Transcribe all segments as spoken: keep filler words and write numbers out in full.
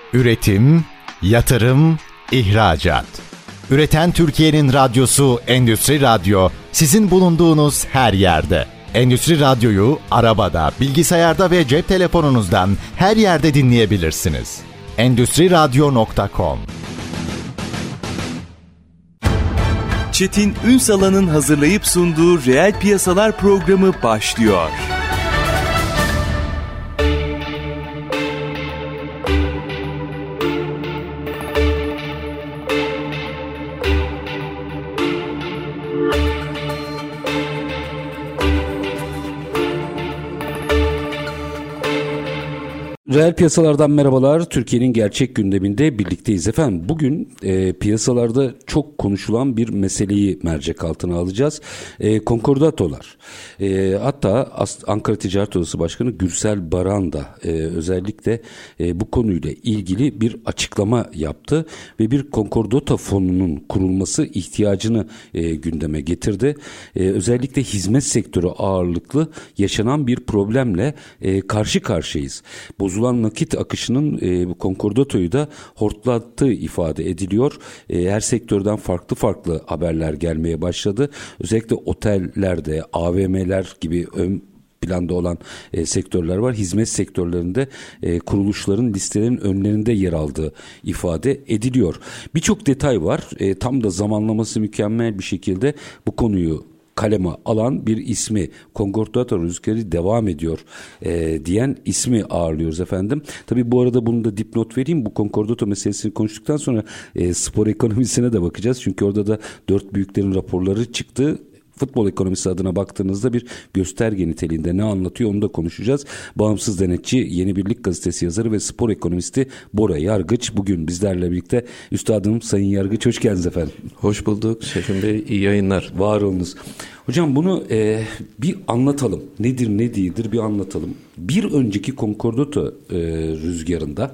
Üretim, yatırım, ihracat. Üreten Türkiye'nin radyosu Endüstri Radyo, sizin bulunduğunuz her yerde. Endüstri Radyo'yu arabada, bilgisayarda ve cep telefonunuzdan her yerde dinleyebilirsiniz. endüstri radyo nokta com. Çetin Ünsal'ın hazırlayıp sunduğu Reel Piyasalar programı başlıyor. Reel piyasalardan merhabalar. Türkiye'nin gerçek gündeminde birlikteyiz efendim. Bugün e, piyasalarda çok konuşulan bir meseleyi mercek altına alacağız. E, konkordatolar. E, hatta Ankara Ticaret Odası Başkanı Gürsel Baran da e, özellikle e, bu konuyla ilgili bir açıklama yaptı ve bir konkordato fonunun kurulması ihtiyacını e, gündeme getirdi. E, özellikle hizmet sektörü ağırlıklı yaşanan bir problemle e, karşı karşıyayız. Bozulan nakit akışının e, bu konkordatoyu da hortlattığı ifade ediliyor. E, her sektörden farklı farklı haberler gelmeye başladı. Özellikle otellerde, A V M'ler gibi ön planda olan e, sektörler var. Hizmet sektörlerinde e, kuruluşların listelerin önlerinde yer aldığı ifade ediliyor. Birçok detay var. E, tam da zamanlaması mükemmel bir şekilde bu konuyu kaleme alan bir ismi, konkordato rüzgarı devam ediyor e, diyen ismi ağırlıyoruz efendim. Tabii bu arada bunu da dipnot vereyim. Bu konkordato meselesini konuştuktan sonra e, spor ekonomisine de bakacağız. Çünkü orada da dört büyüklerin raporları çıktı. Futbol ekonomisi adına baktığınızda bir gösterge niteliğinde ne anlatıyor onu da konuşacağız. Bağımsız denetçi, Yeni Birlik Gazetesi yazarı ve spor ekonomisti Bora Yargıç bugün bizlerle birlikte. Üstadım Sayın Yargıç, hoş geldiniz efendim. Hoş bulduk Şefim Bey, iyi yayınlar. Var olunuz. Hocam bunu e, bir anlatalım. Nedir ne değildir bir anlatalım. Bir önceki konkordato e, rüzgarında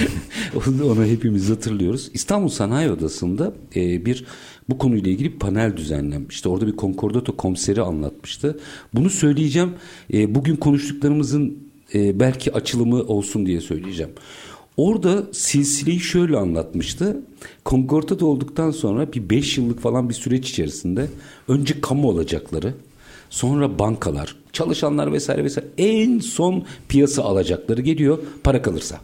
onu, onu hepimiz hatırlıyoruz. İstanbul Sanayi Odası'nda e, bir bu konuyla ilgili bir panel düzenlenmişti. Orada bir konkordato komiseri anlatmıştı. Bunu söyleyeceğim. E, bugün konuştuklarımızın e, belki açılımı olsun diye söyleyeceğim. Orada silsileyi şöyle anlatmıştı. Konkordato olduktan sonra bir beş yıllık falan bir süreç içerisinde önce kamu alacakları, sonra bankalar, çalışanlar vesaire vesaire en son piyasa alacakları geliyor para kalırsa.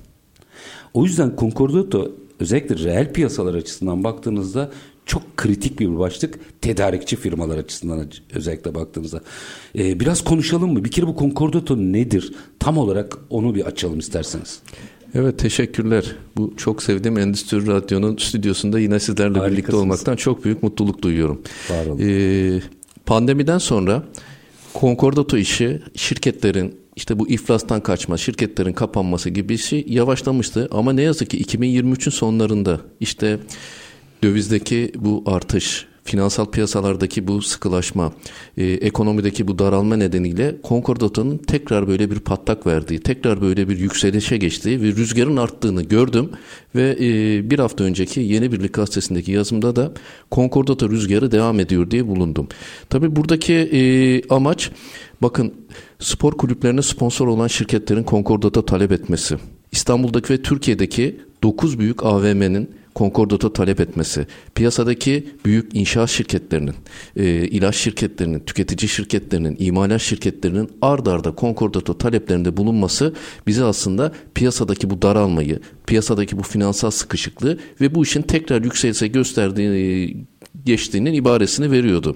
O yüzden konkordato özellikle reel piyasalar açısından baktığınızda çok kritik bir başlık, tedarikçi firmalar açısından özellikle baktığınızda. Ee, biraz konuşalım mı? Bir kere bu konkordato nedir? Tam olarak onu bir açalım isterseniz. Evet, teşekkürler. Bu çok sevdiğim Endüstri Radyo'nun stüdyosunda yine sizlerle Harikasınız. Birlikte olmaktan çok büyük mutluluk duyuyorum. Var olun. Ee, pandemiden sonra konkordato işi şirketlerin işte bu iflastan kaçma, şirketlerin kapanması gibi şey yavaşlamıştı. Ama ne yazık ki iki bin yirmi üçün sonlarında işte dövizdeki bu artış, finansal piyasalardaki bu sıkılaşma, e, ekonomideki bu daralma nedeniyle konkordatonun tekrar böyle bir patlak verdiği, tekrar böyle bir yükselişe geçtiği ve rüzgarın arttığını gördüm. Ve e, bir hafta önceki Yeni Birlik Gazetesi'ndeki yazımda da konkordato rüzgarı devam ediyor diye bulundum. Tabii buradaki e, amaç, bakın, spor kulüplerine sponsor olan şirketlerin konkordato talep etmesi. İstanbul'daki ve Türkiye'deki dokuz büyük A V M'nin konkordato talep etmesi, piyasadaki büyük inşaat şirketlerinin, e, ilaç şirketlerinin, tüketici şirketlerinin, imalat şirketlerinin ard arda konkordato taleplerinde bulunması bize aslında piyasadaki bu daralmayı, piyasadaki bu finansal sıkışıklığı ve bu işin tekrar yükselişe gösterdiğini, geçtiğinin ibaresini veriyordu.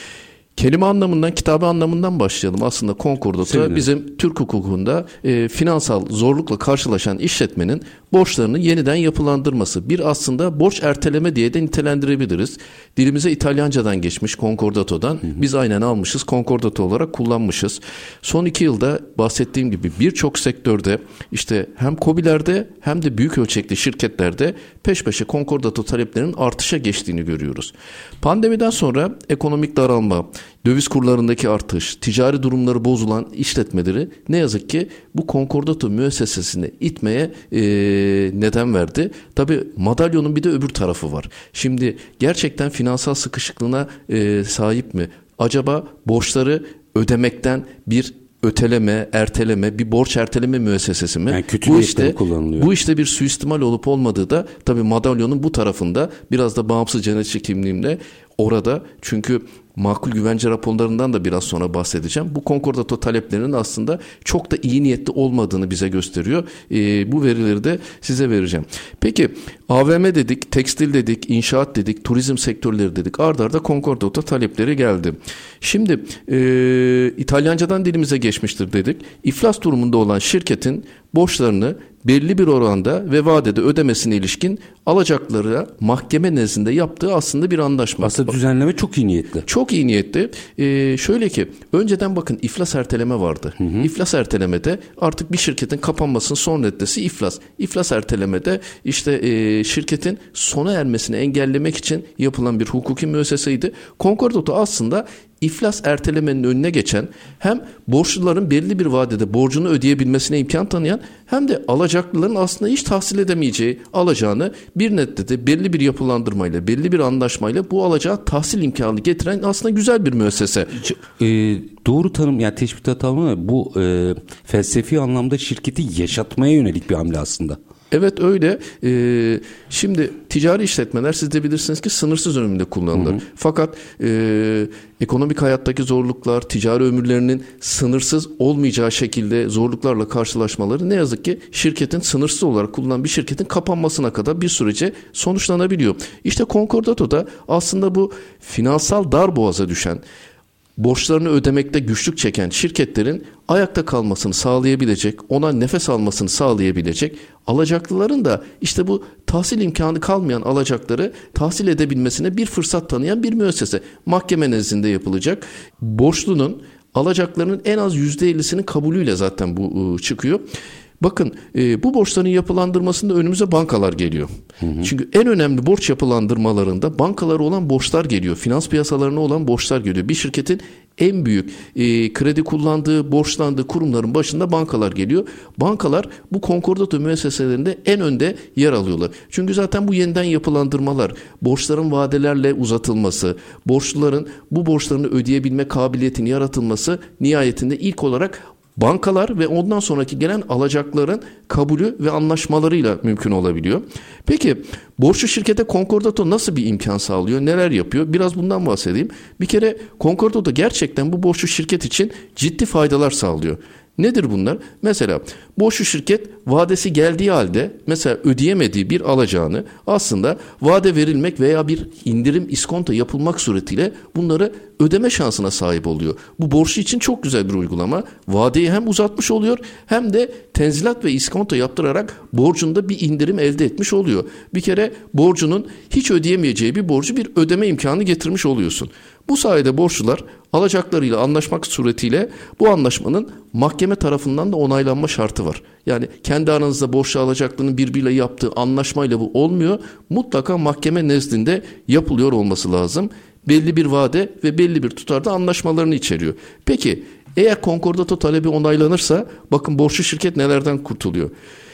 Kelime anlamından, kitabı anlamından başlayalım. Aslında konkordato bizim Türk hukukunda e, finansal zorlukla karşılaşan işletmenin borçlarını yeniden yapılandırması. Bir aslında borç erteleme diye de nitelendirebiliriz. Dilimize İtalyancadan geçmiş, konkordatodan. Hı hı. Biz aynen almışız, konkordato olarak kullanmışız. Son iki yılda bahsettiğim gibi birçok sektörde işte hem KOBİ'lerde hem de büyük ölçekli şirketlerde peş peşe konkordato taleplerinin artışa geçtiğini görüyoruz. Pandemiden sonra ekonomik daralma, döviz kurlarındaki artış, ticari durumları bozulan işletmeleri ne yazık ki bu konkordato müessesesine itmeye e, neden verdi. Tabii madalyonun bir de öbür tarafı var. Şimdi gerçekten finansal sıkışıklığına e, sahip mi? Acaba borçları ödemekten bir öteleme, erteleme, bir borç erteleme müessesesi mi? Yani kötü bu niyetle işte kullanılıyor. Bu işte bir suistimal olup olmadığı da tabii madalyonun bu tarafında, biraz da bağımsız cenetçi kimliğimle orada, çünkü makul güvence raporlarından da biraz sonra bahsedeceğim. Bu konkordato taleplerinin aslında çok da iyi niyetli olmadığını bize gösteriyor. E, bu verileri de size vereceğim. Peki A V M dedik, tekstil dedik, inşaat dedik, turizm sektörleri dedik. Arda arda konkordato talepleri geldi. Şimdi e, İtalyancadan dilimize geçmiştir dedik. İflas durumunda olan şirketin borçlarını belli bir oranda ve vadede ödemesine ilişkin alacaklılara mahkeme nezdinde yaptığı aslında bir anlaşma. Aslında düzenleme çok iyi niyetli. Çok iyi niyetli. Ee, şöyle ki önceden bakın iflas erteleme vardı. Hı hı. İflas ertelemede artık bir şirketin kapanmasının son reddesi iflas. İflas ertelemede işte e, şirketin sona ermesini engellemek için yapılan bir hukuki müesseseydi. Konkordato aslında İflas ertelemenin önüne geçen, hem borçluların belli bir vadede borcunu ödeyebilmesine imkan tanıyan, hem de alacaklıların aslında hiç tahsil edemeyeceği alacağını bir neddede belli bir yapılandırmayla, belli bir anlaşmayla bu alacağı tahsil imkanı getiren aslında güzel bir müessese. E, doğru tanım, yani teşbih hatam ama bu e, felsefi anlamda şirketi yaşatmaya yönelik bir hamle aslında. Evet öyle. Ee, şimdi ticari işletmeler, siz de bilirsiniz ki sınırsız ömürde kullanılır. Hı hı. Fakat e, ekonomik hayattaki zorluklar, ticari ömürlerinin sınırsız olmayacağı şekilde zorluklarla karşılaşmaları ne yazık ki şirketin sınırsız olarak kullanılan bir şirketin kapanmasına kadar bir sürece sonuçlanabiliyor. İşte konkordatoda aslında bu finansal darboğaza düşen, borçlarını ödemekte güçlük çeken şirketlerin ayakta kalmasını sağlayabilecek, ona nefes almasını sağlayabilecek, alacaklıların da işte bu tahsil imkanı kalmayan alacakları tahsil edebilmesine bir fırsat tanıyan bir müessese. Mahkeme nezdinde yapılacak. Borçlunun alacaklarının en az yüzde ellisinin kabulüyle zaten bu çıkıyor. Bakın e, bu borçların yapılandırmasında önümüze bankalar geliyor. Hı hı. Çünkü en önemli borç yapılandırmalarında bankalara olan borçlar geliyor. Finans piyasalarına olan borçlar geliyor. Bir şirketin en büyük e, kredi kullandığı, borçlandığı kurumların başında bankalar geliyor. Bankalar bu konkordato müesseselerinde en önde yer alıyorlar. Çünkü zaten bu yeniden yapılandırmalar, borçların vadelerle uzatılması, borçluların bu borçlarını ödeyebilme kabiliyetini yaratılması nihayetinde ilk olarak bankalar ve ondan sonraki gelen alacakların kabulü ve anlaşmalarıyla mümkün olabiliyor. Peki borçlu şirkete konkordato nasıl bir imkan sağlıyor? Neler yapıyor? Biraz bundan bahsedeyim. Bir kere konkordato gerçekten bu borçlu şirket için ciddi faydalar sağlıyor. Nedir bunlar? Mesela borçlu şirket vadesi geldiği halde mesela ödeyemediği bir alacağını aslında vade verilmek veya bir indirim iskonto yapılmak suretiyle bunları ödeme şansına sahip oluyor. Bu borçlu için çok güzel bir uygulama. Vadeyi hem uzatmış oluyor hem de tenzilat ve iskonto yaptırarak borcunda bir indirim elde etmiş oluyor. Bir kere borcunun hiç ödeyemeyeceği bir borcu bir ödeme imkanı getirmiş oluyorsun. Bu sayede borçlular alacaklarıyla anlaşmak suretiyle bu anlaşmanın mahkeme tarafından da onaylanma şartı var. Yani kendi aranızda borçlu alacaklının birbiriyle yaptığı anlaşmayla bu olmuyor. Mutlaka mahkeme nezdinde yapılıyor olması lazım. Belli bir vade ve belli bir tutarda anlaşmalarını içeriyor. Peki eğer konkordato talebi onaylanırsa bakın borçlu şirket nelerden kurtuluyor?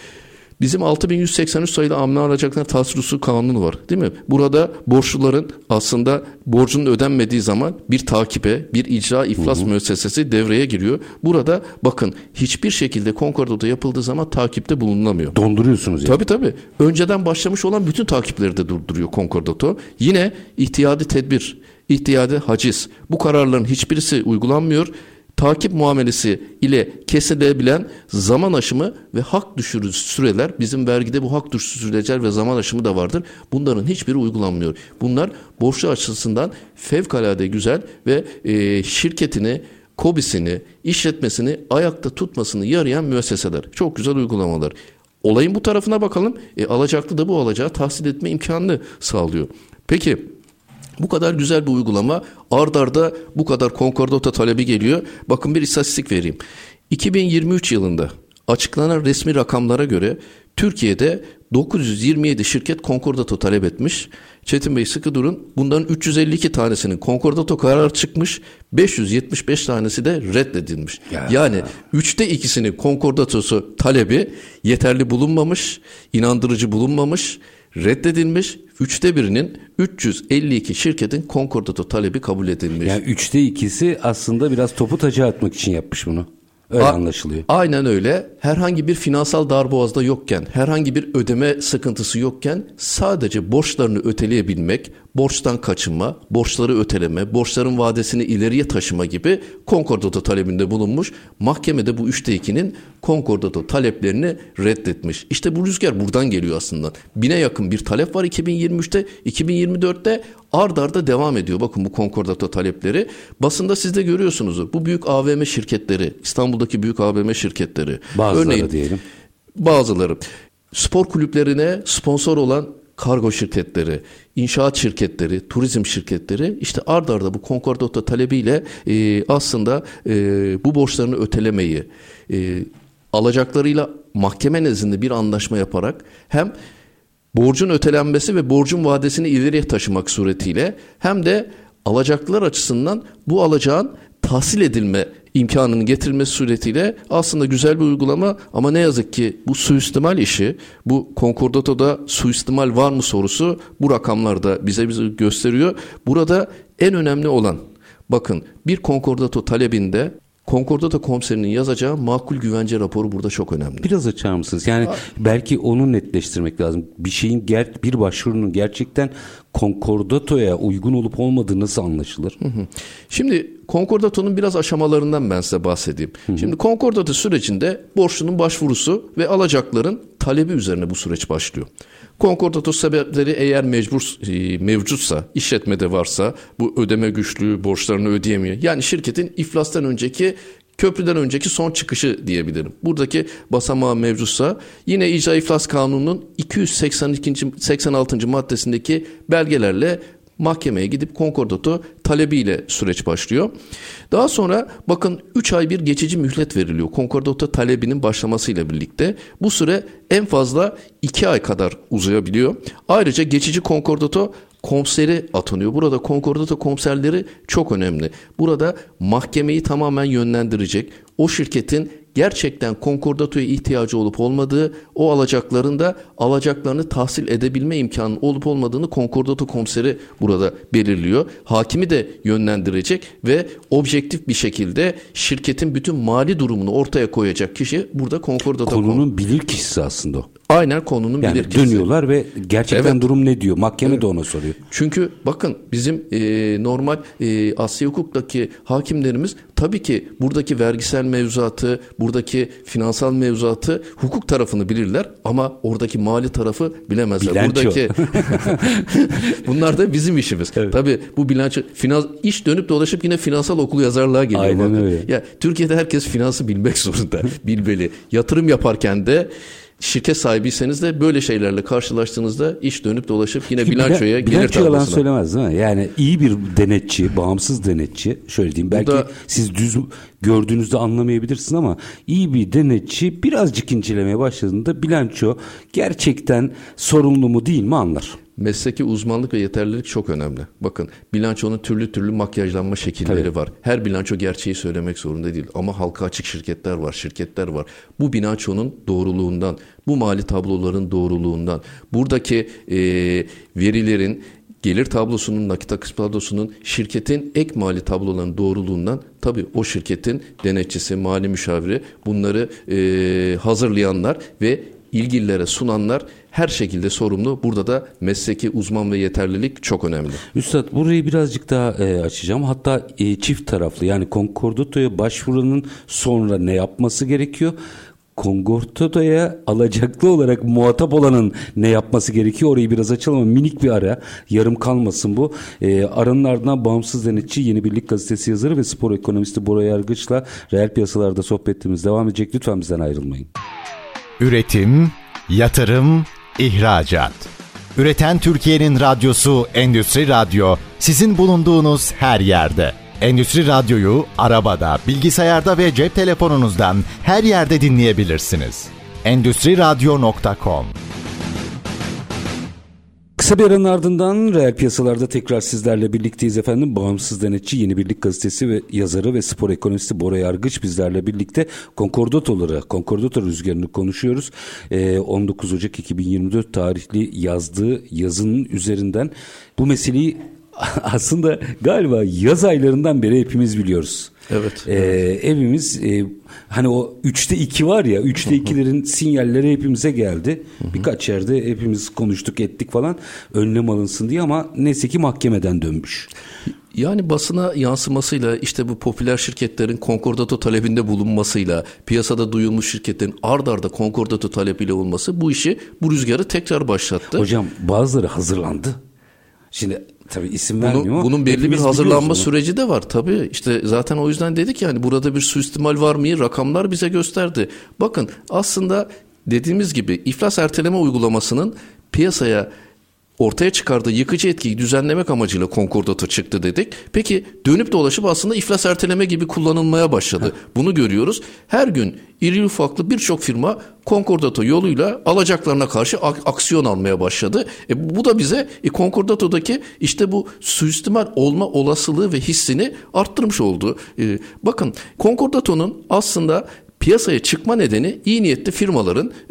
Bizim altı bin yüz seksen üç sayılı amel alacaklar tahsil usulü kanunu var, değil mi? Burada borçluların aslında borcunun ödenmediği zaman bir takibe, bir icra iflas hı hı. müessesesi devreye giriyor. Burada bakın hiçbir şekilde konkordato yapıldığı zaman takipte bulunamıyor. Donduruyorsunuz yani. Tabii tabii. Önceden başlamış olan bütün takipleri de durduruyor konkordato. Yine ihtiyadi tedbir, ihtiyadi haciz. Bu kararların hiçbirisi uygulanmıyor. Takip muamelesi ile kesilebilen zaman aşımı ve hak düşürücü süreler, bizim vergide bu hak düşürücü süreler ve zaman aşımı da vardır. Bunların hiçbiri uygulanmıyor. Bunlar borçlu açısından fevkalade güzel ve e, şirketini, KOBİ'sini, işletmesini ayakta tutmasını yarayan müesseseler. Çok güzel uygulamalar. Olayın bu tarafına bakalım. E, alacaklı da bu alacağı tahsil etme imkanını sağlıyor. Peki bu kadar güzel bir uygulama, ard arda bu kadar konkordato talebi geliyor. Bakın bir istatistik vereyim. iki bin yirmi üç yılında açıklanan resmi rakamlara göre Türkiye'de dokuz yüz yirmi yedi şirket konkordato talep etmiş. Çetin Bey sıkı durun. Bunların üç yüz elli iki tanesinin konkordato kararı çıkmış. beş yüz yetmiş beş tanesi de reddedilmiş. Ya. Yani üçte ikisinin konkordatosu talebi yeterli bulunmamış, inandırıcı bulunmamış, reddedilmiş. Üçte birinin üç yüz elli iki şirketin konkordato talebi kabul edilmiş. Yani üçte ikisi aslında biraz topu taca atmak için yapmış bunu. Öyle A- anlaşılıyor. Aynen öyle. Herhangi bir finansal darboğazda yokken, herhangi bir ödeme sıkıntısı yokken sadece borçlarını öteleyebilmek, borçtan kaçınma, borçları öteleme, borçların vadesini ileriye taşıma gibi konkordato talebinde bulunmuş. Mahkemede bu üçte ikinin konkordato taleplerini reddetmiş. İşte bu rüzgar buradan geliyor aslında. Bine yakın bir talep var iki bin yirmi üçte, iki bin yirmi dörtte ard arda devam ediyor. Bakın bu konkordato talepleri. Basında siz de görüyorsunuzdur. Bu büyük A V M şirketleri, İstanbul'daki büyük A V M şirketleri. Bazıları örneğin, diyelim. Bazıları. Spor kulüplerine sponsor olan kargo şirketleri, inşaat şirketleri, turizm şirketleri işte ard arda bu konkordato talebiyle e, aslında e, bu borçlarını ötelemeyi, e, alacaklarıyla mahkeme nezdinde bir anlaşma yaparak hem borcun ötelenmesi ve borcun vadesini ileriye taşımak suretiyle hem de alacaklılar açısından bu alacağın tahsil edilme imkanının getirilmesi suretiyle aslında güzel bir uygulama, ama ne yazık ki bu suistimal işi, bu konkordatoda suistimal var mı sorusu bu rakamlarda bize bize gösteriyor. Burada en önemli olan, bakın, bir konkordato talebinde konkordato komiserinin yazacağı makul güvence raporu burada çok önemli. Biraz açar mısınız? Yani Aa. belki onu netleştirmek lazım. Bir şeyin ger- bir başvurunun gerçekten konkordatoya uygun olup olmadığı nasıl anlaşılır? Hı hı. Şimdi konkordatonun biraz aşamalarından ben size bahsedeyim. Hı hı. Şimdi konkordato sürecinde borçlunun başvurusu ve alacakların talebi üzerine bu süreç başlıyor. Konkordato sebepleri eğer mecbur e, mevcutsa, işletmede varsa, bu ödeme güçlüğü, borçlarını ödeyemiyor. Yani şirketin iflastan önceki, köprüden önceki son çıkışı diyebilirim. Buradaki basamağı mevcutsa, yine İcra İflas Kanunu'nun iki yüz seksen ikinci seksen altıncı maddesindeki belgelerle mahkemeye gidip konkordato talebiyle süreç başlıyor. Daha sonra bakın üç ay bir geçici mühlet veriliyor konkordato talebinin başlamasıyla birlikte. Bu süre en fazla iki ay kadar uzayabiliyor. Ayrıca geçici konkordato komiseri atanıyor. Burada konkordato komiserleri çok önemli. Burada mahkemeyi tamamen yönlendirecek, o şirketin gerçekten konkordatoya ihtiyacı olup olmadığı, o alacakların da alacaklarını tahsil edebilme imkanı olup olmadığını konkordato komiseri burada belirliyor. Hakimi de yönlendirecek ve objektif bir şekilde şirketin bütün mali durumunu ortaya koyacak kişi burada konkordato komiseri. Konunun bilirkişisi aslında o. Aynen, konunun yani bilirkişisi. Dönüyorlar ve gerçekten evet. durum ne diyor? Mahkeme evet. de ona soruyor. Çünkü bakın bizim e, normal e, Asya hukuktaki hakimlerimiz tabii ki buradaki vergisel mevzuatı, buradaki finansal mevzuatı, hukuk tarafını bilirler ama oradaki mali tarafı bilemezler. Bilanço. Buradaki bunlar da bizim işimiz. Evet. Tabii bu bilanço, finans, iş dönüp dolaşıp yine finansal okul yazarlığa geliyor. Aynen bakın. öyle. Ya Türkiye'de herkes finansı bilmek zorunda, bilmeli. Yatırım yaparken de, şirket sahibiyseniz de böyle şeylerle karşılaştığınızda iş dönüp dolaşıp yine bilançoya gelir tablosuna. Bilanço yalan söylemez değil mi? Yani iyi bir denetçi, bağımsız denetçi, şöyle diyeyim, belki da, siz düz gördüğünüzde anlamayabilirsiniz ama iyi bir denetçi birazcık incelemeye başladığında bilanço gerçekten sorumlu mu değil mi anlar. Mesleki uzmanlık ve yeterlilik çok önemli. Bakın, bilançonun türlü türlü makyajlanma şekilleri Tabii. var. Her bilanço gerçeği söylemek zorunda değil. Ama halka açık şirketler var, şirketler var. Bu bilançonun doğruluğundan, bu mali tabloların doğruluğundan, buradaki e, verilerin, gelir tablosunun, nakit akış tablosunun, şirketin ek mali tablolarının doğruluğundan, tabii o şirketin denetçisi, mali müşaviri, bunları e, hazırlayanlar ve ilgililere sunanlar her şekilde sorumlu. Burada da mesleki uzman ve yeterlilik çok önemli. Üstad, burayı birazcık daha e, açacağım. Hatta e, çift taraflı, yani konkordatoya başvurunun sonra ne yapması gerekiyor? Konkordatoya alacaklı olarak muhatap olanın ne yapması gerekiyor? Orayı biraz açalım ama minik bir ara, yarım kalmasın bu. E, aranın ardından bağımsız denetçi, Yeni Birlik Gazetesi yazarı ve spor ekonomisti Bora Yargıç'la reel piyasalarda sohbetimiz devam edecek. Lütfen bizden ayrılmayın. Üretim, yatırım, ihracat. Üreten Türkiye'nin radyosu Endüstri Radyo, sizin bulunduğunuz her yerde. Endüstri Radyo'yu arabada, bilgisayarda ve cep telefonunuzdan her yerde dinleyebilirsiniz. endüstri radyo nokta com. Kısa bir aranın ardından reel piyasalarda tekrar sizlerle birlikteyiz efendim. Bağımsız denetçi, Yeni Birlik Gazetesi ve yazarı ve spor ekonomisti Bora Yargıç bizlerle birlikte konkordatoları, konkordato rüzgarını konuşuyoruz. Ee, on dokuz Ocak iki bin yirmi dört tarihli yazdığı yazının üzerinden bu meseleyi aslında galiba yaz aylarından beri hepimiz biliyoruz. Evet. Ee, evimiz e, hani o üçte iki var ya, üçte ikilerin sinyalleri hepimize geldi. Birkaç yerde hepimiz konuştuk ettik falan, önlem alınsın diye, ama neyse ki mahkemeden dönmüş. Yani basına yansımasıyla, işte bu popüler şirketlerin konkordato talebinde bulunmasıyla, piyasada duyulmuş şirketlerin ard arda konkordato talebiyle olması bu işi, bu rüzgarı tekrar başlattı. Hocam bazıları hazırlandı. Şimdi tabii isim vermiyor Bunun, ama bunun belli bir hazırlanma süreci de var tabii. İşte zaten o yüzden dedik yani, burada bir suistimal var mı? Rakamlar bize gösterdi. Bakın aslında dediğimiz gibi iflas erteleme uygulamasının piyasaya ortaya çıkardığı yıkıcı etkiyi düzenlemek amacıyla konkordato çıktı dedik. Peki dönüp dolaşıp aslında iflas erteleme gibi kullanılmaya başladı. Bunu görüyoruz. Her gün iri ufaklı birçok firma konkordato yoluyla alacaklarına karşı aksiyon almaya başladı. E bu da bize e, konkordato'daki işte bu suistimal olma olasılığı ve hissini arttırmış oldu. E, bakın konkordato'nun aslında piyasaya çıkma nedeni iyi niyetli firmaların e,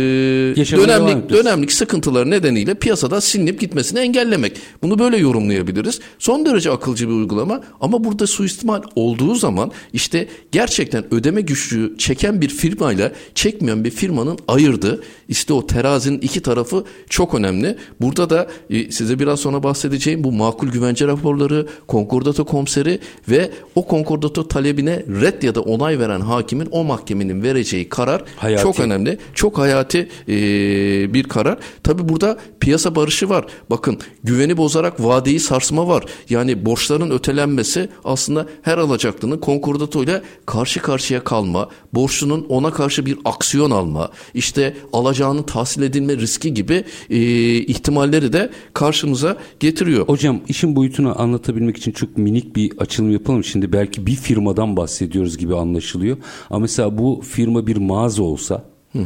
dönemlik, dönemlik sıkıntıları nedeniyle piyasadan silinip gitmesini engellemek. Bunu böyle yorumlayabiliriz. Son derece akılcı bir uygulama, ama burada suistimal olduğu zaman işte gerçekten ödeme güçlüğü çeken bir firmayla çekmeyen bir firmanın ayırdığı işte o terazinin iki tarafı çok önemli. Burada da e, size biraz sonra bahsedeceğim bu makul güvence raporları, konkordato komiseri ve o konkordato talebine red ya da onay veren hakimin o mahkemenin vereceği karar hayati. Çok önemli. Çok hayati e, bir karar. Tabii burada piyasa barışı var. Bakın güveni bozarak vadeyi sarsma var. Yani borçların ötelenmesi aslında her alacaklının konkordato ile karşı karşıya kalma, borçlunun ona karşı bir aksiyon alma, işte alacağının tahsil edilme riski gibi e, ihtimalleri de karşımıza getiriyor. Hocam işin boyutunu anlatabilmek için çok minik bir açılım yapalım. Şimdi belki bir firmadan bahsediyoruz gibi anlaşılıyor. Ama mesela bu firma bir mağaza olsa, hı hı.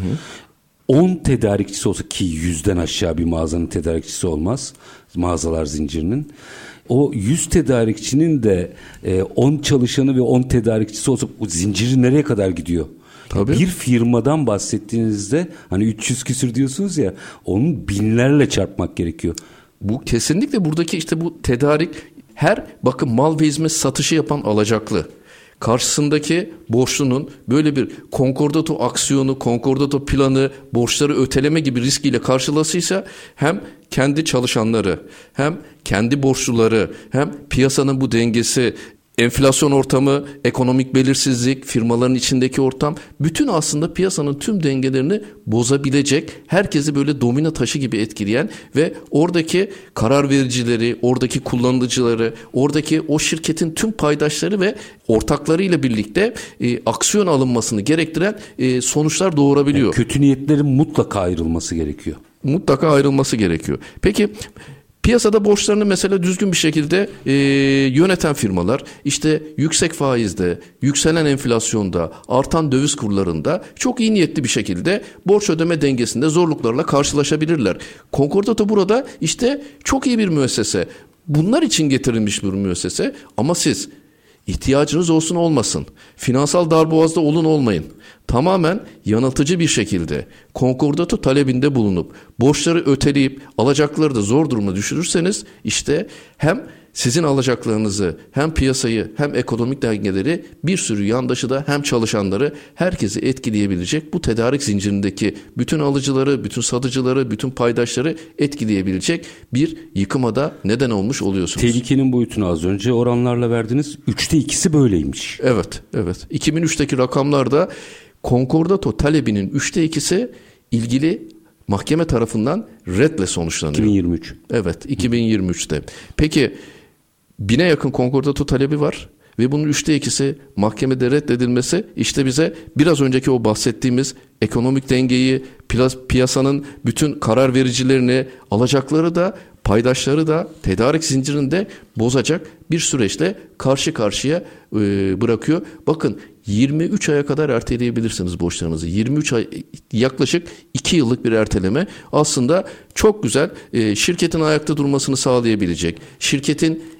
on tedarikçisi olsa, ki yüzden aşağı bir mağazanın tedarikçisi olmaz mağazalar zincirinin, o yüz tedarikçinin de on çalışanı ve on tedarikçisi olsa o zinciri nereye kadar gidiyor? Tabii. Bir firmadan bahsettiğinizde hani üç yüz küsür diyorsunuz ya, onun binlerle çarpmak gerekiyor. Bu kesinlikle buradaki işte bu tedarik, her bakın mal ve hizmet satışı yapan alacaklı karşısındaki borçlunun böyle bir konkordato aksiyonu, konkordato planı, borçları öteleme gibi riskiyle karşılaşırsa hem kendi çalışanları, hem kendi borçluları, hem piyasanın bu dengesi, enflasyon ortamı, ekonomik belirsizlik, firmaların içindeki ortam, bütün aslında piyasanın tüm dengelerini bozabilecek, herkesi böyle domino taşı gibi etkileyen ve oradaki karar vericileri, oradaki kullanıcıları, oradaki o şirketin tüm paydaşları ve ortaklarıyla birlikte e, aksiyon alınmasını gerektiren e, sonuçlar doğurabiliyor. Yani kötü niyetlerin mutlaka ayrılması gerekiyor. Mutlaka ayrılması gerekiyor. Peki piyasada borçlarını mesela düzgün bir şekilde e, yöneten firmalar işte yüksek faizde, yükselen enflasyonda, artan döviz kurlarında çok iyi niyetli bir şekilde borç ödeme dengesinde zorluklarla karşılaşabilirler. Konkordato burada işte çok iyi bir müessese. Bunlar için getirilmiş bir müessese, ama siz ihtiyacınız olsun olmasın, finansal darboğazda olun olmayın, tamamen yanıltıcı bir şekilde konkordato talebinde bulunup borçları öteleyip alacakları da zor duruma düşürürseniz, işte hem sizin alacaklarınızı, hem piyasayı, hem ekonomik dengeleri, bir sürü yandaşı da, hem çalışanları, herkesi etkileyebilecek, bu tedarik zincirindeki bütün alıcıları, bütün satıcıları, bütün paydaşları etkileyebilecek bir yıkıma da neden olmuş oluyorsunuz. Tehlikenin boyutunu az önce oranlarla verdiniz. Üçte ikisi böyleymiş. Evet, evet. iki bin üçteki rakamlarda konkordato talebinin üçte ikisi ilgili mahkeme tarafından redle sonuçlanıyor. iki bin yirmi üç. Evet, iki bin yirmi üçte. Peki bine yakın konkordato talebi var ve bunun üçte ikisi mahkemede reddedilmesi işte bize biraz önceki o bahsettiğimiz ekonomik dengeyi, piyasanın bütün karar vericilerini, alacakları da, paydaşları da, tedarik zincirinde bozacak bir süreçle karşı karşıya e, bırakıyor. Bakın yirmi üç aya kadar erteleyebilirsiniz borçlarınızı. yirmi üç ay, yaklaşık iki yıllık bir erteleme aslında çok güzel, e, şirketin ayakta durmasını sağlayabilecek, şirketin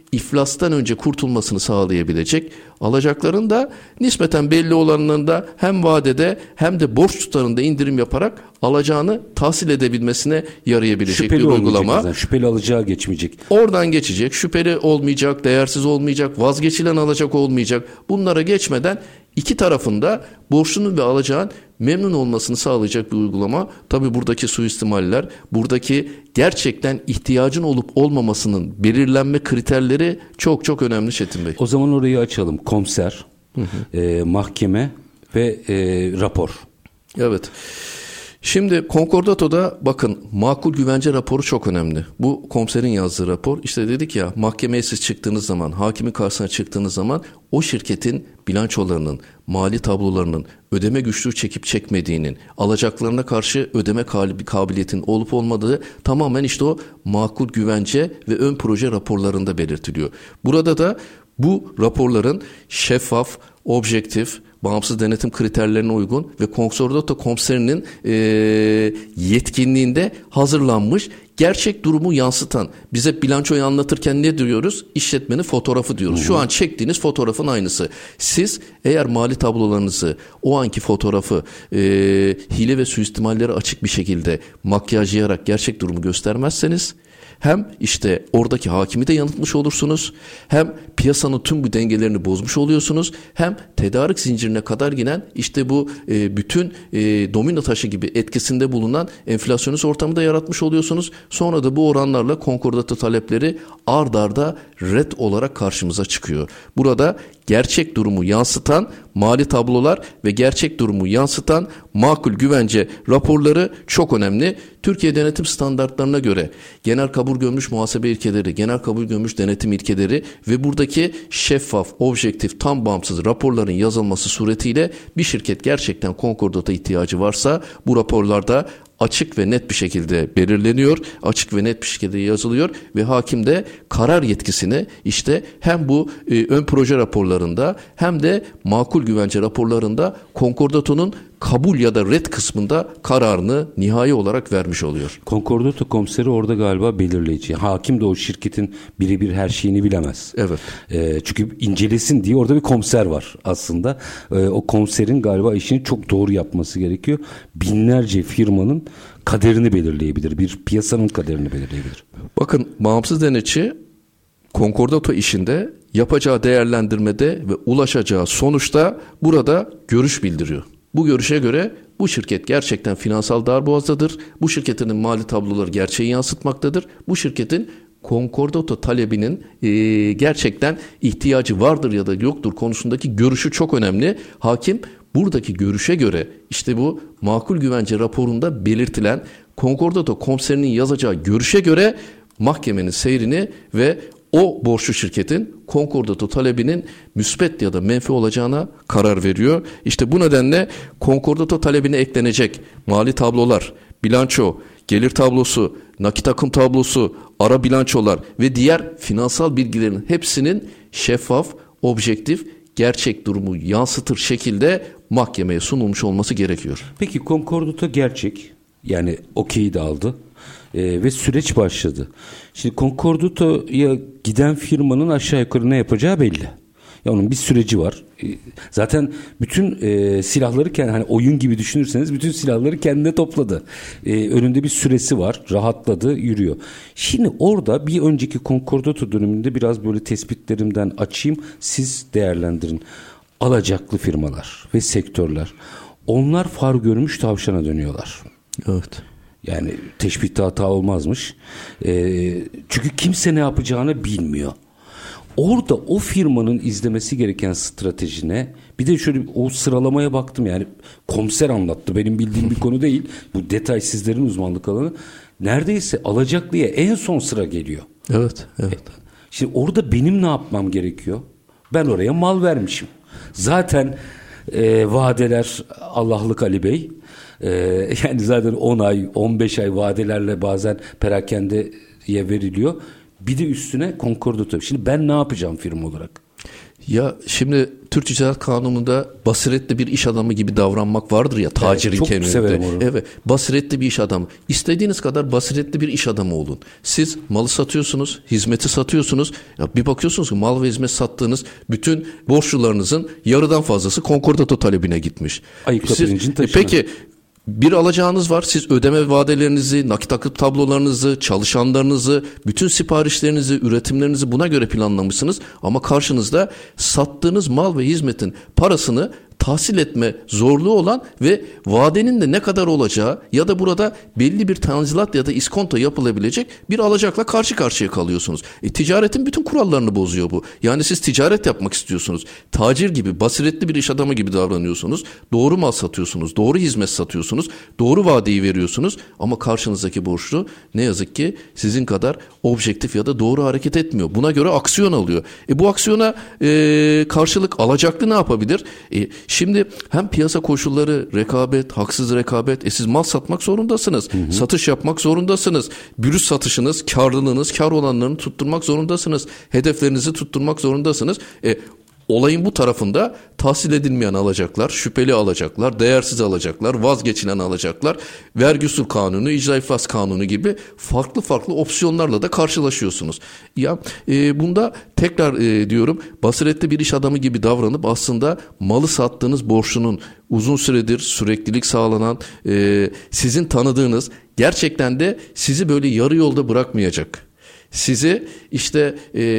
iflastan önce kurtulmasını sağlayabilecek, alacakların da nispeten belli olanlarında hem vadede hem de borç tutarında indirim yaparak alacağını tahsil edebilmesine yarayabilecek şüpheli bir uygulama. Zaten, şüpheli alacağı geçmeyecek. Oradan geçecek, şüpheli olmayacak, değersiz olmayacak, vazgeçilen alacak olmayacak. Bunlara geçmeden iki tarafında borçlunun ve alacağın memnun olmasını sağlayacak bir uygulama. Tabii buradaki suistimaller, buradaki gerçekten ihtiyacın olup olmamasının belirlenme kriterleri çok çok önemli Çetin Bey. O zaman orayı açalım. Komiser, hı hı. E, mahkeme ve e, rapor. Evet. Şimdi Konkordato'da bakın makul güvence raporu çok önemli. Bu komiserin yazdığı rapor. İşte dedik ya, mahkemeye siz çıktığınız zaman, hakimin karşısına çıktığınız zaman o şirketin bilançolarının, mali tablolarının ödeme güçlüğü çekip çekmediğinin, alacaklarına karşı ödeme kabiliyetinin olup olmadığı tamamen işte o makul güvence ve ön proje raporlarında belirtiliyor. Burada da bu raporların şeffaf, objektif, bağımsız denetim kriterlerine uygun ve Konkordato komiserinin e, yetkinliğinde hazırlanmış, gerçek durumu yansıtan, bize bilançoyu anlatırken ne diyoruz? İşletmenin fotoğrafı diyoruz. Hı hı. Şu an çektiğiniz fotoğrafın aynısı. Siz eğer mali tablolarınızı, o anki fotoğrafı e, hile ve suistimallere açık bir şekilde makyajlayarak gerçek durumu göstermezseniz, hem işte oradaki hakimi de yanıltmış olursunuz, hem piyasanın tüm bu dengelerini bozmuş oluyorsunuz, hem tedarik zincirine kadar giden işte bu e, bütün e, domino taşı gibi etkisinde bulunan enflasyonist ortamı da yaratmış oluyorsunuz. Sonra da bu oranlarla konkordato talepleri ard arda red olarak karşımıza çıkıyor. Burada gerçek durumu yansıtan mali tablolar ve gerçek durumu yansıtan makul güvence raporları çok önemli. Türkiye denetim standartlarına göre genel kabul görmüş muhasebe ilkeleri, genel kabul görmüş denetim ilkeleri ve buradaki şeffaf, objektif, tam bağımsız raporların yazılması suretiyle bir şirket gerçekten konkordata ihtiyacı varsa bu raporlarda açık ve net bir şekilde belirleniyor, açık ve net bir şekilde yazılıyor ve hakim de karar yetkisini işte hem bu e, ön proje raporlarında hem de makul güvence raporlarında konkordatonun kabul ya da red kısmında kararını nihai olarak vermiş oluyor. Konkordato komiseri orada galiba belirleyici. Hakim de o şirketin birebir her şeyini bilemez. Evet. E, çünkü incelesin diye orada bir komiser var aslında. E, o komiserin galiba işini çok doğru yapması gerekiyor. Binlerce firmanın kaderini belirleyebilir. Bir piyasanın kaderini belirleyebilir. Bakın bağımsız denetçi konkordato işinde yapacağı değerlendirmede ve ulaşacağı sonuçta burada görüş bildiriyor. Bu görüşe göre bu şirket gerçekten finansal darboğazdadır. Bu şirketin mali tabloları gerçeği yansıtmaktadır. Bu şirketin konkordato talebinin e, gerçekten ihtiyacı vardır ya da yoktur konusundaki görüşü çok önemli. Hakim buradaki görüşe göre işte bu makul güvence raporunda belirtilen konkordato komiserinin yazacağı görüşe göre mahkemenin seyrini ve o borçlu şirketin konkordato talebinin müspet ya da menfi olacağına karar veriyor. İşte bu nedenle konkordato talebine eklenecek mali tablolar, bilanço, gelir tablosu, nakit akım tablosu, ara bilançolar ve diğer finansal bilgilerin hepsinin şeffaf, objektif, gerçek durumu yansıtır şekilde mahkemeye sunulmuş olması gerekiyor. Peki konkordato gerçek, yani okey de aldı. Ee, ve süreç başladı. Şimdi konkordatoya giden firmanın aşağı yukarı ne yapacağı belli. Ya onun bir süreci var. Ee, zaten bütün e, silahları kendi, hani oyun gibi düşünürseniz bütün silahları kendine topladı. Ee, önünde bir süresi var. Rahatladı, yürüyor. Şimdi orada bir önceki konkordato döneminde biraz böyle tespitlerimden açayım. Siz değerlendirin. Alacaklı firmalar ve sektörler. Onlar far görmüş tavşana dönüyorlar. Evet. Yani teşbihte hata olmazmış. E, çünkü kimse ne yapacağını bilmiyor. Orada o firmanın izlemesi gereken stratejine, bir de şöyle o sıralamaya baktım, yani komiser anlattı, benim bildiğim bir konu değil. Bu detay sizlerin uzmanlık alanı. Neredeyse alacaklıya en son sıra geliyor. Evet, evet. E, şimdi orada benim ne yapmam gerekiyor? Ben oraya mal vermişim. Zaten e, vadeler Allah'lık Ali Bey. Ee, yani zaten on ay, on beş ay vadelerle bazen perakendeye veriliyor. Bir de üstüne konkordato. Şimdi ben ne yapacağım firma olarak? Ya şimdi Türk Ticaret Kanunu'nda basiretli bir iş adamı gibi davranmak vardır ya tacirin evet, kendinde. Evet, basiretli bir iş adamı. İstediğiniz kadar basiretli bir iş adamı olun. Siz malı satıyorsunuz, hizmeti satıyorsunuz. Ya bir bakıyorsunuz ki mal ve hizmet sattığınız bütün borçlularınızın yarıdan fazlası konkordato talebine gitmiş. Ayıkla Siz, pirincin taşına. Peki bir alacağınız var. Siz ödeme vadelerinizi, nakit akıp tablolarınızı, çalışanlarınızı, bütün siparişlerinizi, üretimlerinizi buna göre planlamışsınız. Ama karşınızda sattığınız mal ve hizmetin parasını tahsil etme zorluğu olan ve vadenin de ne kadar olacağı ya da burada belli bir tanzilat ya da iskonto yapılabilecek bir alacakla karşı karşıya kalıyorsunuz. E, ticaretin bütün kurallarını bozuyor bu. Yani siz ticaret yapmak istiyorsunuz. Tacir gibi, basiretli bir iş adamı gibi davranıyorsunuz. Doğru mal satıyorsunuz, doğru hizmet satıyorsunuz, doğru vadeyi veriyorsunuz ama karşınızdaki borçlu ne yazık ki sizin kadar objektif ya da doğru hareket etmiyor. Buna göre aksiyon alıyor. E, bu aksiyona e, karşılık alacaklı ne yapabilir? E, Şimdi hem piyasa koşulları, rekabet, haksız rekabet, e siz mal satmak zorundasınız. Hı hı. Satış yapmak zorundasınız. Brüt satışınız, karlılığınız, kar olanlarını tutturmak zorundasınız. Hedeflerinizi tutturmak zorundasınız. E, Olayın bu tarafında tahsil edilmeyen alacaklar, şüpheli alacaklar, değersiz alacaklar, vazgeçilen alacaklar, vergi usul kanunu, icra iflas kanunu gibi farklı farklı opsiyonlarla da karşılaşıyorsunuz. Ya e, bunda tekrar e, diyorum, basiretli bir iş adamı gibi davranıp aslında malı sattığınız borçlunun uzun süredir süreklilik sağlanan, e, sizin tanıdığınız, gerçekten de sizi böyle yarı yolda bırakmayacak, sizi işte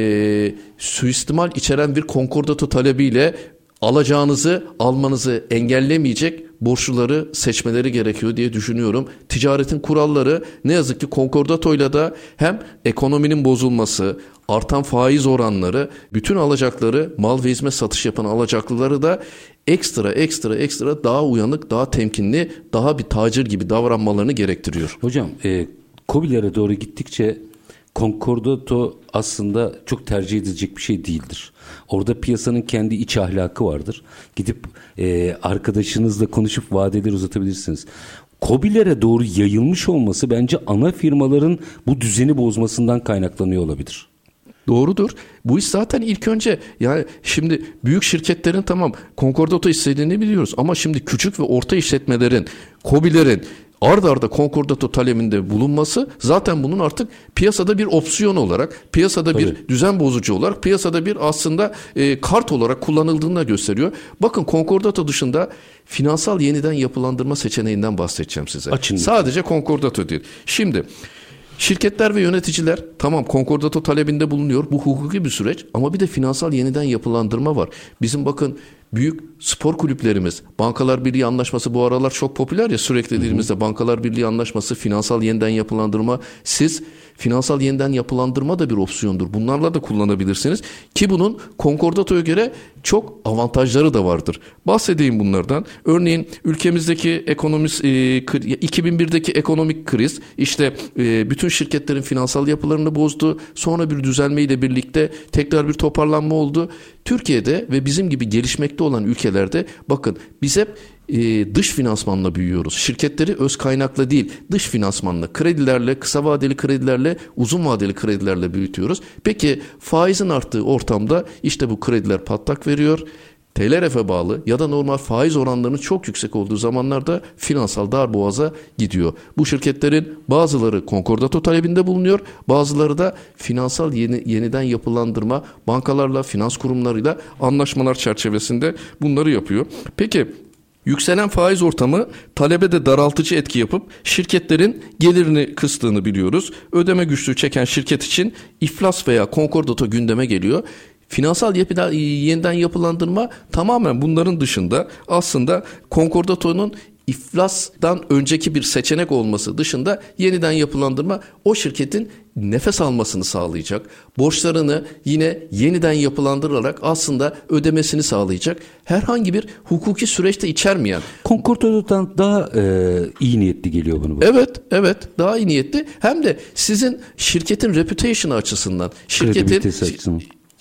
e, suistimal içeren bir konkordato talebiyle alacağınızı almanızı engellemeyecek borçluları seçmeleri gerekiyor diye düşünüyorum. Ticaretin kuralları ne yazık ki konkordatoyla da hem ekonominin bozulması, artan faiz oranları, bütün alacakları, mal ve hizmet satış yapan alacaklıları da ekstra ekstra ekstra daha uyanık, daha temkinli, daha bir tacir gibi davranmalarını gerektiriyor. Hocam e, KOBİ'lere doğru gittikçe konkordato aslında çok tercih edilecek bir şey değildir. Orada piyasanın kendi iç ahlakı vardır. Gidip e, arkadaşınızla konuşup vadeleri uzatabilirsiniz. KOBİ'lere doğru yayılmış olması bence ana firmaların bu düzeni bozmasından kaynaklanıyor olabilir. Doğrudur. Bu iş zaten ilk önce, yani şimdi büyük şirketlerin tamam konkordato istediğini biliyoruz ama şimdi küçük ve orta işletmelerin, KOBİ'lerin ard arda konkordato talebinde bulunması zaten bunun artık piyasada bir opsiyon olarak, piyasada bir Tabii. düzen bozucu olarak, piyasada bir aslında e, kart olarak kullanıldığını da gösteriyor. Bakın konkordato dışında finansal yeniden yapılandırma seçeneğinden bahsedeceğim size. Açın. Sadece konkordato değil. Şimdi şirketler ve yöneticiler tamam konkordato talebinde bulunuyor. Bu hukuki bir süreç ama bir de finansal yeniden yapılandırma var. Bizim bakın büyük spor kulüplerimiz, Bankalar Birliği Anlaşması bu aralar çok popüler ya, sürekli dediğimizde Bankalar Birliği Anlaşması, finansal yeniden yapılandırma. Siz finansal yeniden yapılandırma da bir opsiyondur. Bunlarla da kullanabilirsiniz ki bunun konkordatoya göre çok avantajları da vardır. Bahsedeyim bunlardan. Örneğin ülkemizdeki ekonomik e, iki bin birdeki ekonomik kriz işte e, bütün şirketlerin finansal yapılarını bozdu. Sonra bir düzelmeyle birlikte tekrar bir toparlanma oldu. Türkiye'de ve bizim gibi gelişmekte olan ülkelerde bakın biz hep e, dış finansmanla büyüyoruz. Şirketleri öz kaynakla değil, dış finansmanla, kredilerle, kısa vadeli kredilerle, uzun vadeli kredilerle büyütüyoruz. Peki faizin arttığı ortamda işte bu krediler patlak veriyor. T L R F'e bağlı ya da normal faiz oranlarının çok yüksek olduğu zamanlarda finansal darboğaza gidiyor. Bu şirketlerin bazıları konkordato talebinde bulunuyor, bazıları da finansal yeni, yeniden yapılandırma, bankalarla, finans kurumlarıyla anlaşmalar çerçevesinde bunları yapıyor. Peki yükselen faiz ortamı talebe de daraltıcı etki yapıp şirketlerin gelirini kıstığını biliyoruz. Ödeme güçlüğü çeken şirket için iflas veya konkordato gündeme geliyor. Finansal yapıda, yeniden yapılandırma tamamen bunların dışında aslında konkordatonun iflastan önceki bir seçenek olması dışında yeniden yapılandırma o şirketin nefes almasını sağlayacak. Borçlarını yine yeniden yapılandırarak aslında ödemesini sağlayacak. Herhangi bir hukuki süreçte içermeyen. Konkordatodan daha e, iyi niyetli geliyor bana bu. Evet, evet, daha iyi niyetli. Hem de sizin şirketin reputation açısından, şirketin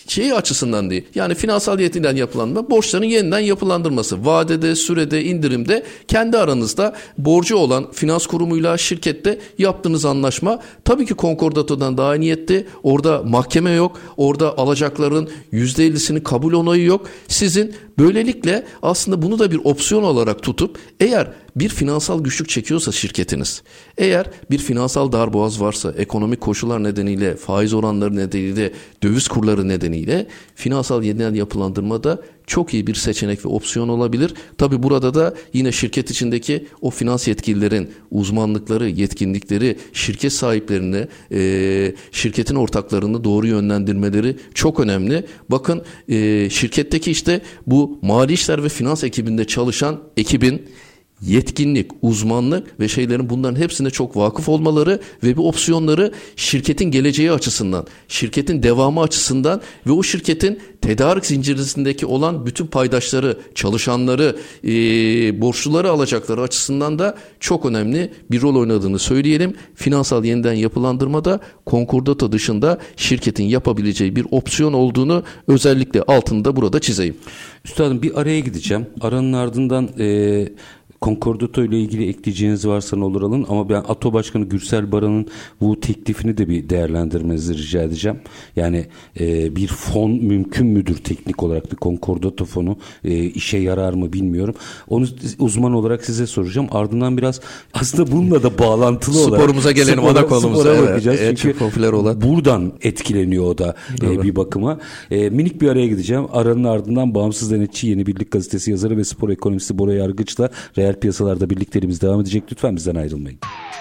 Şey açısından değil. Yani finansal yeniden yapılandırma, borçların yeniden yapılandırması. Vadede, sürede, indirimde kendi aranızda borcu olan finans kurumuyla, şirkette yaptığınız anlaşma tabii ki konkordatodan daha niyetli. Orada mahkeme yok. Orada alacakların yüzde ellisinin kabul onayı yok. Sizin böylelikle aslında bunu da bir opsiyon olarak tutup, eğer bir finansal güçlük çekiyorsa şirketiniz, eğer bir finansal darboğaz varsa, ekonomik koşullar nedeniyle, faiz oranları nedeniyle, döviz kurları nedeniyle finansal yeniden yapılandırmada çok iyi bir seçenek ve opsiyon olabilir. Tabii burada da yine şirket içindeki o finans yetkililerin uzmanlıkları, yetkinlikleri, şirket sahiplerini, e, şirketin ortaklarını doğru yönlendirmeleri çok önemli. Bakın e, şirketteki işte bu mali işler ve finans ekibinde çalışan ekibin yetkinlik, uzmanlık ve şeylerin bunların hepsine çok vakıf olmaları ve bu opsiyonları şirketin geleceği açısından, şirketin devamı açısından ve o şirketin tedarik zincirindeki olan bütün paydaşları, çalışanları, e, borçluları, alacakları açısından da çok önemli bir rol oynadığını söyleyelim. Finansal yeniden yapılandırmada konkordato dışında şirketin yapabileceği bir opsiyon olduğunu özellikle altında burada çizeyim. Üstadım bir araya gideceğim. Aranın ardından e, konkordato ile ilgili ekleyeceğiniz varsa ne olur alın, ama ben ATO Başkanı Gürsel Baran'ın bu teklifini de bir değerlendirmenizi rica edeceğim. Yani e, bir fon mümkün müdür teknik olarak, bir konkordato fonu e, işe yarar mı bilmiyorum. Onu uzman olarak size soracağım. Ardından biraz aslında bununla da bağlantılı olarak sporumuza gelelim, spora, ana konumuza spora evet, bakacağız. evet, Çünkü popüler olan. Buradan etkileniyor o da e, bir bakıma. E, minik bir araya gideceğim. Aranın ardından bağımsız denetçi, Yeni Birlik gazetesi yazarı ve spor ekonomisti Bora Yargıç'la reel piyasalarda birliklerimiz devam edecek. Lütfen bizden ayrılmayın.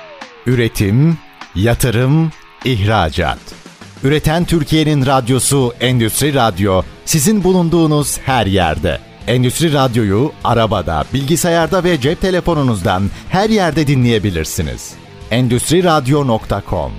Üretim, yatırım, ihracat. Üreten Türkiye'nin radyosu Endüstri Radyo, sizin bulunduğunuz her yerde. Endüstri Radyo'yu arabada, bilgisayarda ve cep telefonunuzdan her yerde dinleyebilirsiniz. endüstri radyo nokta com.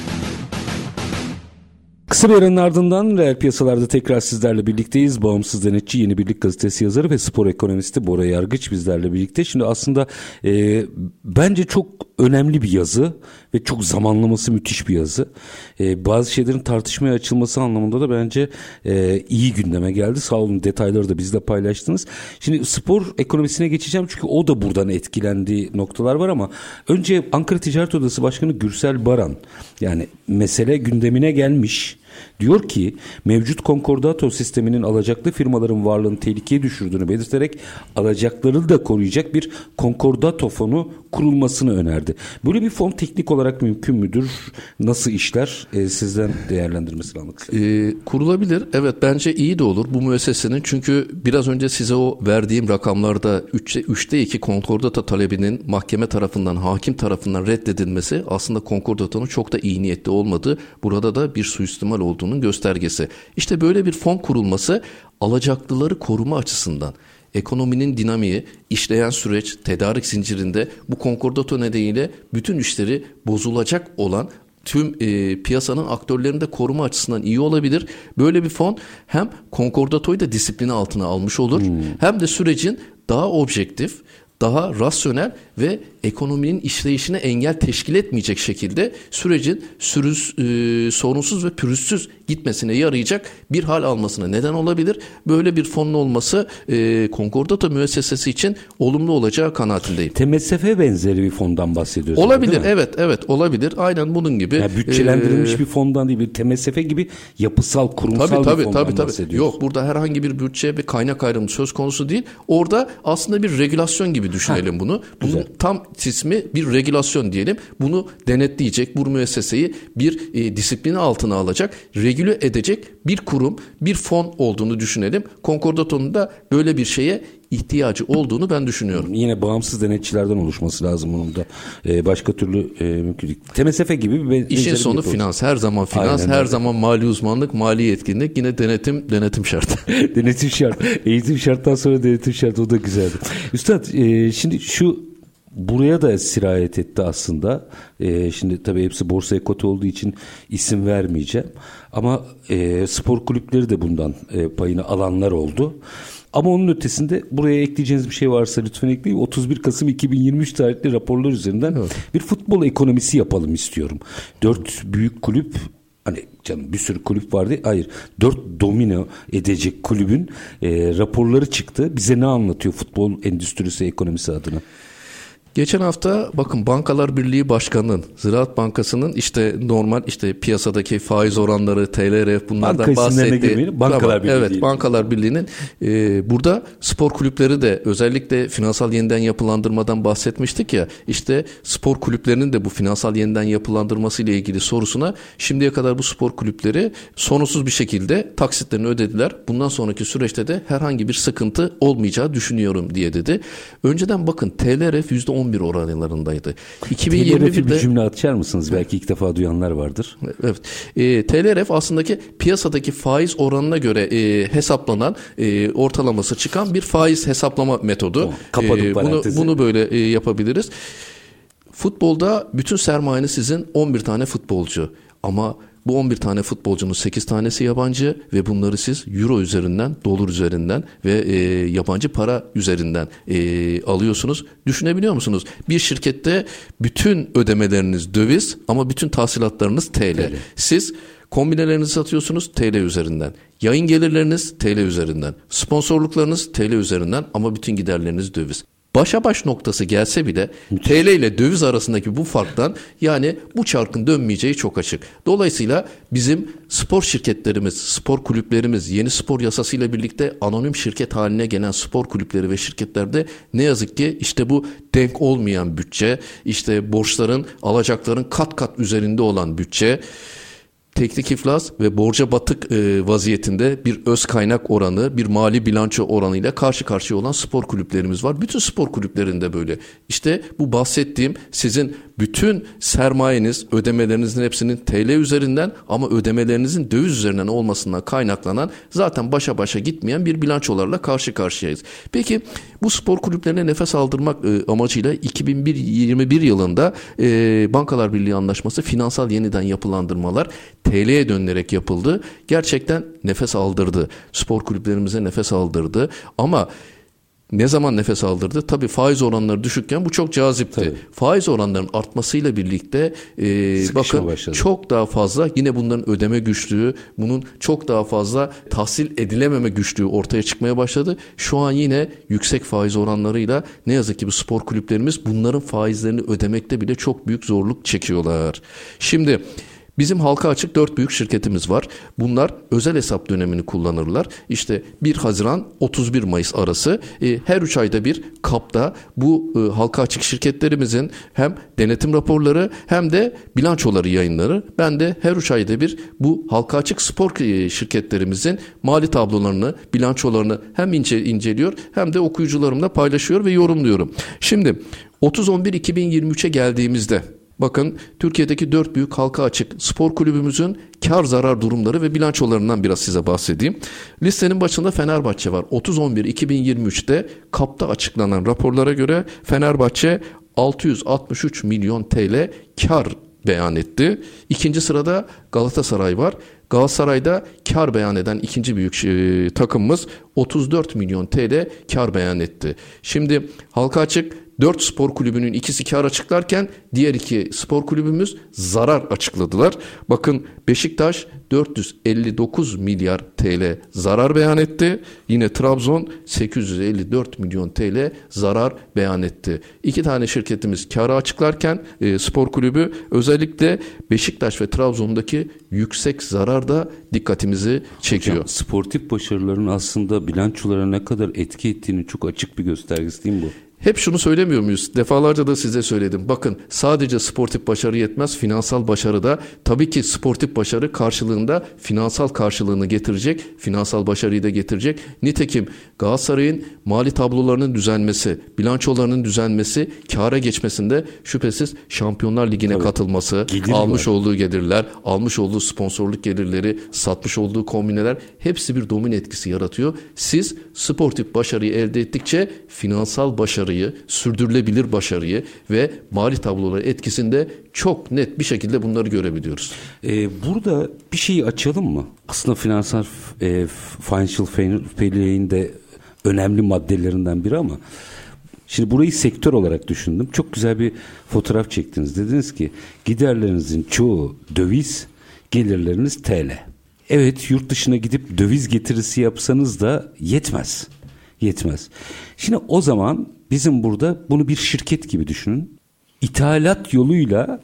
Kısa bir aranın ardından reel piyasalarda tekrar sizlerle birlikteyiz. Bağımsız denetçi, Yeni Birlik gazetesi yazarı ve spor ekonomisti Bora Yargıç bizlerle birlikte. Şimdi aslında e, bence çok önemli bir yazı ve çok zamanlaması müthiş bir yazı. E, bazı şeylerin tartışmaya açılması anlamında da bence e, iyi gündeme geldi. Sağ olun, detayları da bizle paylaştınız. Şimdi spor ekonomisine geçeceğim çünkü o da buradan etkilendiği noktalar var, ama önce Ankara Ticaret Odası Başkanı Gürsel Baran, yani mesele gündemine gelmiş. Diyor ki mevcut konkordato sisteminin alacaklı firmaların varlığını tehlikeye düşürdüğünü belirterek alacakları da koruyacak bir konkordato fonu kurulmasını önerdi. Böyle bir fon teknik olarak mümkün müdür? Nasıl işler? Ee, sizden değerlendirmesini almak istedim. Ee, kurulabilir. Evet, bence iyi de olur bu müessesenin. Çünkü biraz önce size o verdiğim rakamlarda üçte iki konkordato talebinin mahkeme tarafından, hakim tarafından reddedilmesi aslında konkordatonun çok da iyi niyetli olmadığı, burada da bir suistimal olduğunun göstergesi. İşte böyle bir fon kurulması alacaklıları koruma açısından, ekonominin dinamiği, işleyen süreç, tedarik zincirinde bu konkordato nedeniyle bütün işleri bozulacak olan tüm e, piyasanın aktörlerini de koruma açısından iyi olabilir. Böyle bir fon hem konkordatoyu da disiplini altına almış olur, hmm. hem de sürecin daha objektif, daha rasyonel ve ekonominin işleyişine engel teşkil etmeyecek şekilde sürecin sürüz, e, sorunsuz ve pürüzsüz gitmesine yarayacak bir hal almasına neden olabilir. Böyle bir fonun olması e, konkordato müessesesi için olumlu olacağı kanaatindeyim. T M S F benzeri bir fondan bahsediyorsunuz. Olabilir, evet evet olabilir. Aynen bunun gibi. Yani bütçelendirilmiş ee, bir fondan değil, bir T M S F gibi yapısal, kurumsal tabii, tabii, bir fondan tabii, tabii. bahsediyoruz. Yok, burada herhangi bir bütçe ve kaynak ayrımı söz konusu değil. Orada aslında bir regülasyon gibi düşünelim ha, bunu. Bunun güzel. Tam ismi bir regülasyon diyelim. Bunu denetleyecek, bu müesseseyi bir e, disiplini altına alacak, regüle edecek bir kurum, bir fon olduğunu düşünelim. Konkordatonun da böyle bir şeye ihtiyacı olduğunu ben düşünüyorum. Yine bağımsız denetçilerden oluşması lazım bunun da. Ee, başka türlü e, mümkün değil. T M S F gibi bir İşin sonu bir finans. Her zaman finans, aynen her öyle. Zaman mali uzmanlık, mali yetkinlik, yine denetim, denetim şart. Denetim şart. Eğitim şarttan sonra denetim şart. O da güzeldi. Üstad, e, şimdi şu buraya da sirayet etti aslında. Ee, şimdi tabii hepsi borsaya kote olduğu için isim vermeyeceğim. Ama e, spor kulüpleri de bundan e, payını alanlar oldu. Ama onun ötesinde buraya ekleyeceğiniz bir şey varsa lütfen ekleyin. otuz bir Kasım iki bin yirmi üç tarihli raporlar üzerinden evet. bir futbol ekonomisi yapalım istiyorum. Dört büyük kulüp Hani canım bir sürü kulüp vardı. Hayır. Dört domino edecek kulübün e, raporları çıktı. Bize ne anlatıyor futbol endüstrisi ekonomisi adına? Geçen hafta bakın Bankalar Birliği Başkanı'nın, Ziraat Bankası'nın işte normal işte piyasadaki faiz oranları, T L R F bunlardan bahsetti. Bankalar Birliği. Evet, Bankalar Birliği'nin e, burada spor kulüpleri de özellikle finansal yeniden yapılandırmadan bahsetmiştik ya. İşte spor kulüplerinin de bu finansal yeniden yapılandırması ile ilgili sorusuna şimdiye kadar bu spor kulüpleri sorunsuz bir şekilde taksitlerini ödediler. Bundan sonraki süreçte de herhangi bir sıkıntı olmayacağı düşünüyorum diye dedi. Önceden bakın T L R F yüzde on bir oranlarındaydı. iki bin yirmi birde bir cümle açar mısınız? Belki ilk defa duyanlar vardır. Evet. E, T L R F aslında piyasadaki faiz oranına göre e, hesaplanan e, ortalaması çıkan bir faiz hesaplama metodu. Oh, kapadım e, bunu, bunu böyle e, yapabiliriz. Futbolda bütün sermayeniz sizin on bir tane futbolcu. Ama bu on bir tane futbolcunun sekiz tanesi yabancı ve bunları siz euro üzerinden, dolar üzerinden ve e, yabancı para üzerinden e, alıyorsunuz. Düşünebiliyor musunuz? Bir şirkette bütün ödemeleriniz döviz ama bütün tahsilatlarınız T L. T L. Siz kombinelerinizi satıyorsunuz T L üzerinden. Yayın gelirleriniz T L üzerinden. Sponsorluklarınız T L üzerinden ama bütün giderleriniz döviz. Başa baş noktası gelse bile T L ile döviz arasındaki bu farktan yani bu çarkın dönmeyeceği çok açık. Dolayısıyla bizim spor şirketlerimiz, spor kulüplerimiz yeni spor yasasıyla birlikte anonim şirket haline gelen spor kulüpleri ve şirketlerde ne yazık ki işte bu denk olmayan bütçe, işte borçların, alacakların kat kat üzerinde olan bütçe, teknik iflas ve borca batık e, vaziyetinde bir öz kaynak oranı, bir mali bilanço oranıyla karşı karşıya olan spor kulüplerimiz var. Bütün spor kulüplerinde böyle. İşte bu bahsettiğim sizin bütün sermayeniz, ödemelerinizin hepsinin T L üzerinden ama ödemelerinizin döviz üzerinden olmasından kaynaklanan zaten başa başa gitmeyen bir bilançolarla karşı karşıyayız. Peki bu spor kulüplerine nefes aldırmak e, amacıyla iki bin yirmi bir yılında e, Bankalar Birliği Anlaşması finansal yeniden yapılandırmalar T L'ye dönülerek yapıldı. Gerçekten nefes aldırdı. Spor kulüplerimize nefes aldırdı. Ama ne zaman nefes aldırdı? Tabii faiz oranları düşükken bu çok cazipti. Tabii. Faiz oranlarının artmasıyla birlikte e, bakın başladı. Çok daha fazla yine bunların ödeme güçlüğü, bunun çok daha fazla tahsil edilememe güçlüğü ortaya çıkmaya başladı. Şu an yine yüksek faiz oranlarıyla ne yazık ki bu spor kulüplerimiz bunların faizlerini ödemekte bile çok büyük zorluk çekiyorlar. Şimdi bizim halka açık dört büyük şirketimiz var. Bunlar özel hesap dönemini kullanırlar. İşte bir Haziran otuz bir Mayıs arası e, her üç ayda bir kapta bu e, halka açık şirketlerimizin hem denetim raporları hem de bilançoları yayınları. Ben de her üç ayda bir bu halka açık spor e, şirketlerimizin mali tablolarını, bilançolarını hem ince, inceliyor hem de okuyucularımla paylaşıyor ve yorumluyorum. Şimdi otuz on bir iki bin yirmi üçe geldiğimizde bakın Türkiye'deki dört büyük halka açık spor kulübümüzün kar zarar durumları ve bilançolarından biraz size bahsedeyim. Listenin başında Fenerbahçe var. otuz on bir iki bin yirmi üçte kapta açıklanan raporlara göre Fenerbahçe altı yüz altmış üç milyon T L kar beyan etti. İkinci sırada Galatasaray var. Galatasaray'da kar beyan eden ikinci büyük e, takımımız otuz dört milyon T L kar beyan etti. Şimdi halka açık dört spor kulübünün ikisi kar açıklarken diğer iki spor kulübümüz zarar açıkladılar. Bakın Beşiktaş dört yüz elli dokuz milyar T L zarar beyan etti. Yine Trabzon sekiz yüz elli dört milyon T L zarar beyan etti. İki tane şirketimiz karı açıklarken e, spor kulübü özellikle Beşiktaş ve Trabzon'daki yüksek zarar da dikkatimizi çekiyor. Hocam, sportif başarıların aslında bilançolara ne kadar etki ettiğini çok açık bir göstergesi değil mi bu? Hep şunu söylemiyor muyuz? Defalarca da size söyledim. Bakın sadece sportif başarı yetmez. Finansal başarı da tabii ki sportif başarı karşılığında finansal karşılığını getirecek. Finansal başarıyı da getirecek. Nitekim Galatasaray'ın mali tablolarının düzenmesi, bilançolarının düzenmesi, kâra geçmesinde şüphesiz Şampiyonlar Ligi'ne tabii katılması, gelir almış var. olduğu gelirler, almış olduğu sponsorluk gelirleri, satmış olduğu kombineler hepsi bir domino etkisi yaratıyor. Siz sportif başarıyı elde ettikçe finansal başarı, sürdürülebilir başarıyı ve mali tabloları etkisinde çok net bir şekilde bunları görebiliyoruz. Ee, burada bir şeyi açalım mı? Aslında finansal e, financial fair'in de önemli maddelerinden biri ama şimdi burayı sektör olarak düşündüm. Çok güzel bir fotoğraf çektiniz. Dediniz ki giderlerinizin çoğu döviz, Gelirleriniz T L. Evet, yurt dışına gidip döviz getirisi yapsanız da yetmez. Yetmez. Şimdi o zaman bizim burada bunu bir şirket gibi düşünün. İthalat yoluyla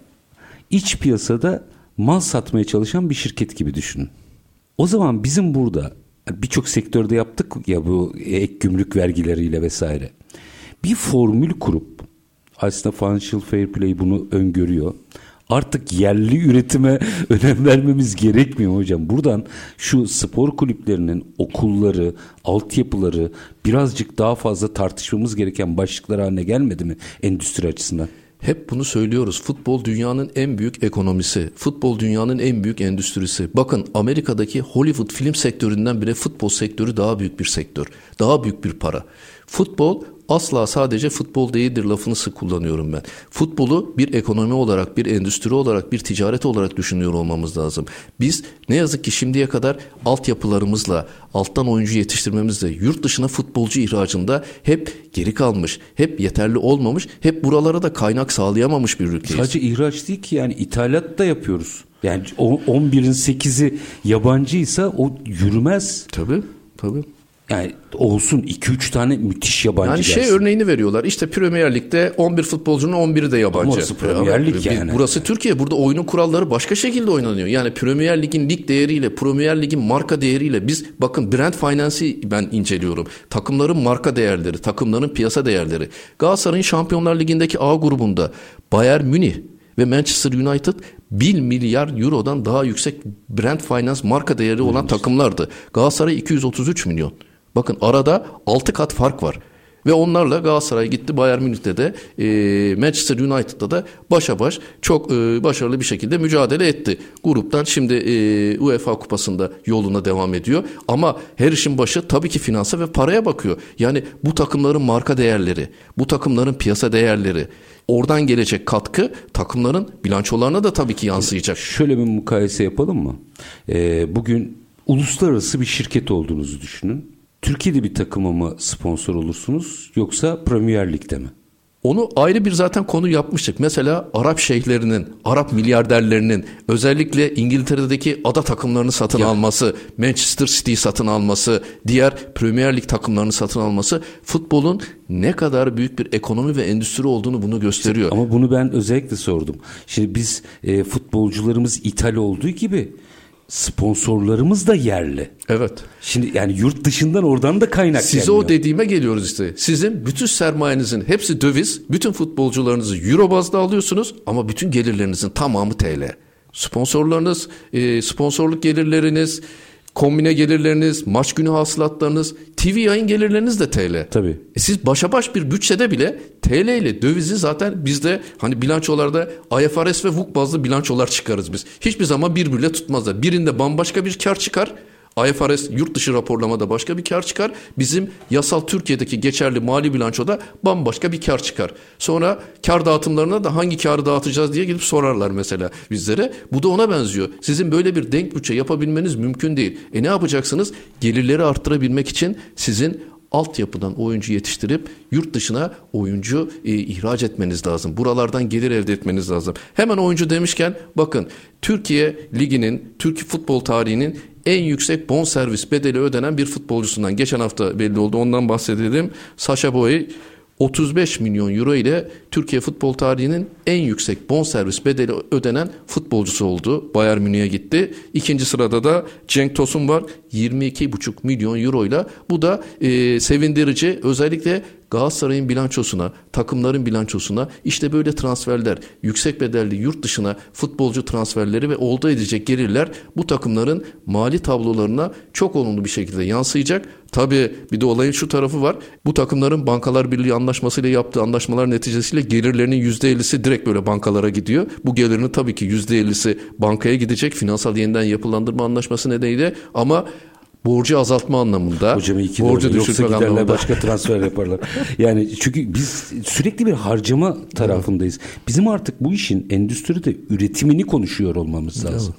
iç piyasada mal satmaya çalışan bir şirket gibi düşünün. O zaman bizim burada birçok sektörde yaptık ya bu ek gümrük vergileriyle vesaire. Bir formül kurup, aslında Financial Fair Play bunu öngörüyor. Artık yerli üretime önem vermemiz gerekmiyor hocam. Buradan şu spor kulüplerinin okulları, altyapıları birazcık daha fazla tartışmamız gereken başlıklar haline gelmedi mi endüstri açısından? Hep bunu söylüyoruz. Futbol dünyanın en büyük ekonomisi. Futbol dünyanın en büyük endüstrisi. Bakın Amerika'daki Hollywood film sektöründen bile futbol sektörü daha büyük bir sektör. Daha büyük bir para. Futbol asla sadece futbol değildir lafını sık kullanıyorum ben. Futbolu bir ekonomi olarak, bir endüstri olarak, bir ticaret olarak düşünüyor olmamız lazım. Biz ne yazık ki şimdiye kadar altyapılarımızla, alttan oyuncu yetiştirmemizle, yurt dışına futbolcu ihracında hep geri kalmış, hep yeterli olmamış, hep buralara da kaynak sağlayamamış bir ülkeyiz. Sadece ihraç değil ki, yani ithalat da yapıyoruz. Yani on birin sekizi yabancıysa o yürümez. Tabii, tabii. Yani olsun iki üç tane müthiş yabancı yani gelsin. Şey örneğini veriyorlar. İşte Premier Lig'de on bir futbolcunun on biri de yabancı. Ama Premier Lig yani. Burası Türkiye. Burada oyunun kuralları başka şekilde oynanıyor. Yani Premier Lig'in lig değeriyle, Premier Lig'in marka değeriyle biz bakın Brand Finance'i ben inceliyorum. Takımların marka değerleri, takımların piyasa değerleri. Galatasaray'ın Şampiyonlar Ligi'ndeki A grubunda Bayern Münih ve Manchester United bir milyar eurodan daha yüksek Brand Finance marka değeri olan evet. takımlardı. Galatasaray iki yüz otuz üç milyon. Bakın arada altı kat fark var. Ve onlarla Galatasaray gitti Bayern Münih'te de e, Manchester United'da da başa baş çok e, başarılı bir şekilde mücadele etti. Gruptan şimdi e, UEFA Kupası'nda yoluna devam ediyor. Ama her işin başı tabii ki finansa ve paraya bakıyor. Yani bu takımların marka değerleri, bu takımların piyasa değerleri, oradan gelecek katkı takımların bilançolarına da tabii ki yansıyacak. Şöyle bir mukayese yapalım mı? E, bugün uluslararası bir şirket olduğunuzu düşünün. Türkiye'de bir takıma mı sponsor olursunuz yoksa Premier Lig'de mi? Onu ayrı bir zaten konu yapmıştık. Mesela Arap şeyhlerinin, Arap milyarderlerinin özellikle İngiltere'deki ada takımlarını satın ya. alması, Manchester City'yi satın alması, diğer Premier Lig takımlarını satın alması futbolun ne kadar büyük bir ekonomi ve endüstri olduğunu bunu gösteriyor. Ama bunu ben özellikle sordum. Şimdi biz e, futbolcularımız ithal olduğu gibi sponsorlarımız da yerli. Evet. Şimdi yani yurt dışından oradan da kaynak Size gelmiyor. o dediğime geliyoruz işte. Sizin bütün sermayenizin hepsi döviz. Bütün futbolcularınızı euro bazda alıyorsunuz ama bütün gelirlerinizin tamamı T L. Sponsorlarınız, e, sponsorluk gelirleriniz, kombine gelirleriniz, maç günü hasılatlarınız, T V yayın gelirleriniz de T L. Tabii. E siz başa baş bir bütçede bile T L ile dövizi zaten bizde hani bilançolarda I F R S ve V U K bazlı bilançolar çıkarız biz. Hiçbir zaman birbiriyle tutmazlar. Birinde bambaşka bir kar çıkar. I F R S yurt dışı raporlamada başka bir kar çıkar. Bizim yasal Türkiye'deki geçerli mali bilançoda bambaşka bir kar çıkar. Sonra kar dağıtımlarına da hangi karı dağıtacağız diye gelip sorarlar mesela bizlere. Bu da ona benziyor. Sizin böyle bir denk bütçe yapabilmeniz mümkün değil. E ne yapacaksınız? Gelirleri arttırabilmek için sizin altyapıdan oyuncu yetiştirip yurt dışına oyuncu e, ihraç etmeniz lazım. Buralardan gelir elde etmeniz lazım. Hemen oyuncu demişken bakın Türkiye Ligi'nin, Türk futbol tarihinin en yüksek bonservis bedeli ödenen bir futbolcusundan geçen hafta belli oldu. Ondan bahsedelim. Sacha Boey otuz beş milyon euro ile Türkiye futbol tarihinin en yüksek bonservis bedeli ödenen futbolcusu oldu. Bayern Münih'e gitti. İkinci sırada da Cenk Tosun var. yirmi iki buçuk milyon euro ile. Bu da e, sevindirici. Özellikle Galatasaray'ın bilançosuna, takımların bilançosuna işte böyle transferler, yüksek bedelli yurt dışına futbolcu transferleri ve oldu edecek gelirler bu takımların mali tablolarına çok olumlu bir şekilde yansıyacak. Tabii bir de olayın şu tarafı var. Bu takımların Bankalar Birliği anlaşmasıyla yaptığı anlaşmalar neticesiyle gelirlerinin yüzde ellisi direkt böyle bankalara gidiyor. Bu gelirin tabii ki yüzde ellisi bankaya gidecek finansal yeniden yapılandırma anlaşması nedeniyle ama borcu azaltma anlamında. Hocam iyi ki borcu de, yoksa giderler anlamında. Başka transfer yaparlar. Yani çünkü biz sürekli bir harcama tarafındayız. Bizim artık bu işin endüstride üretimini konuşuyor olmamız lazım.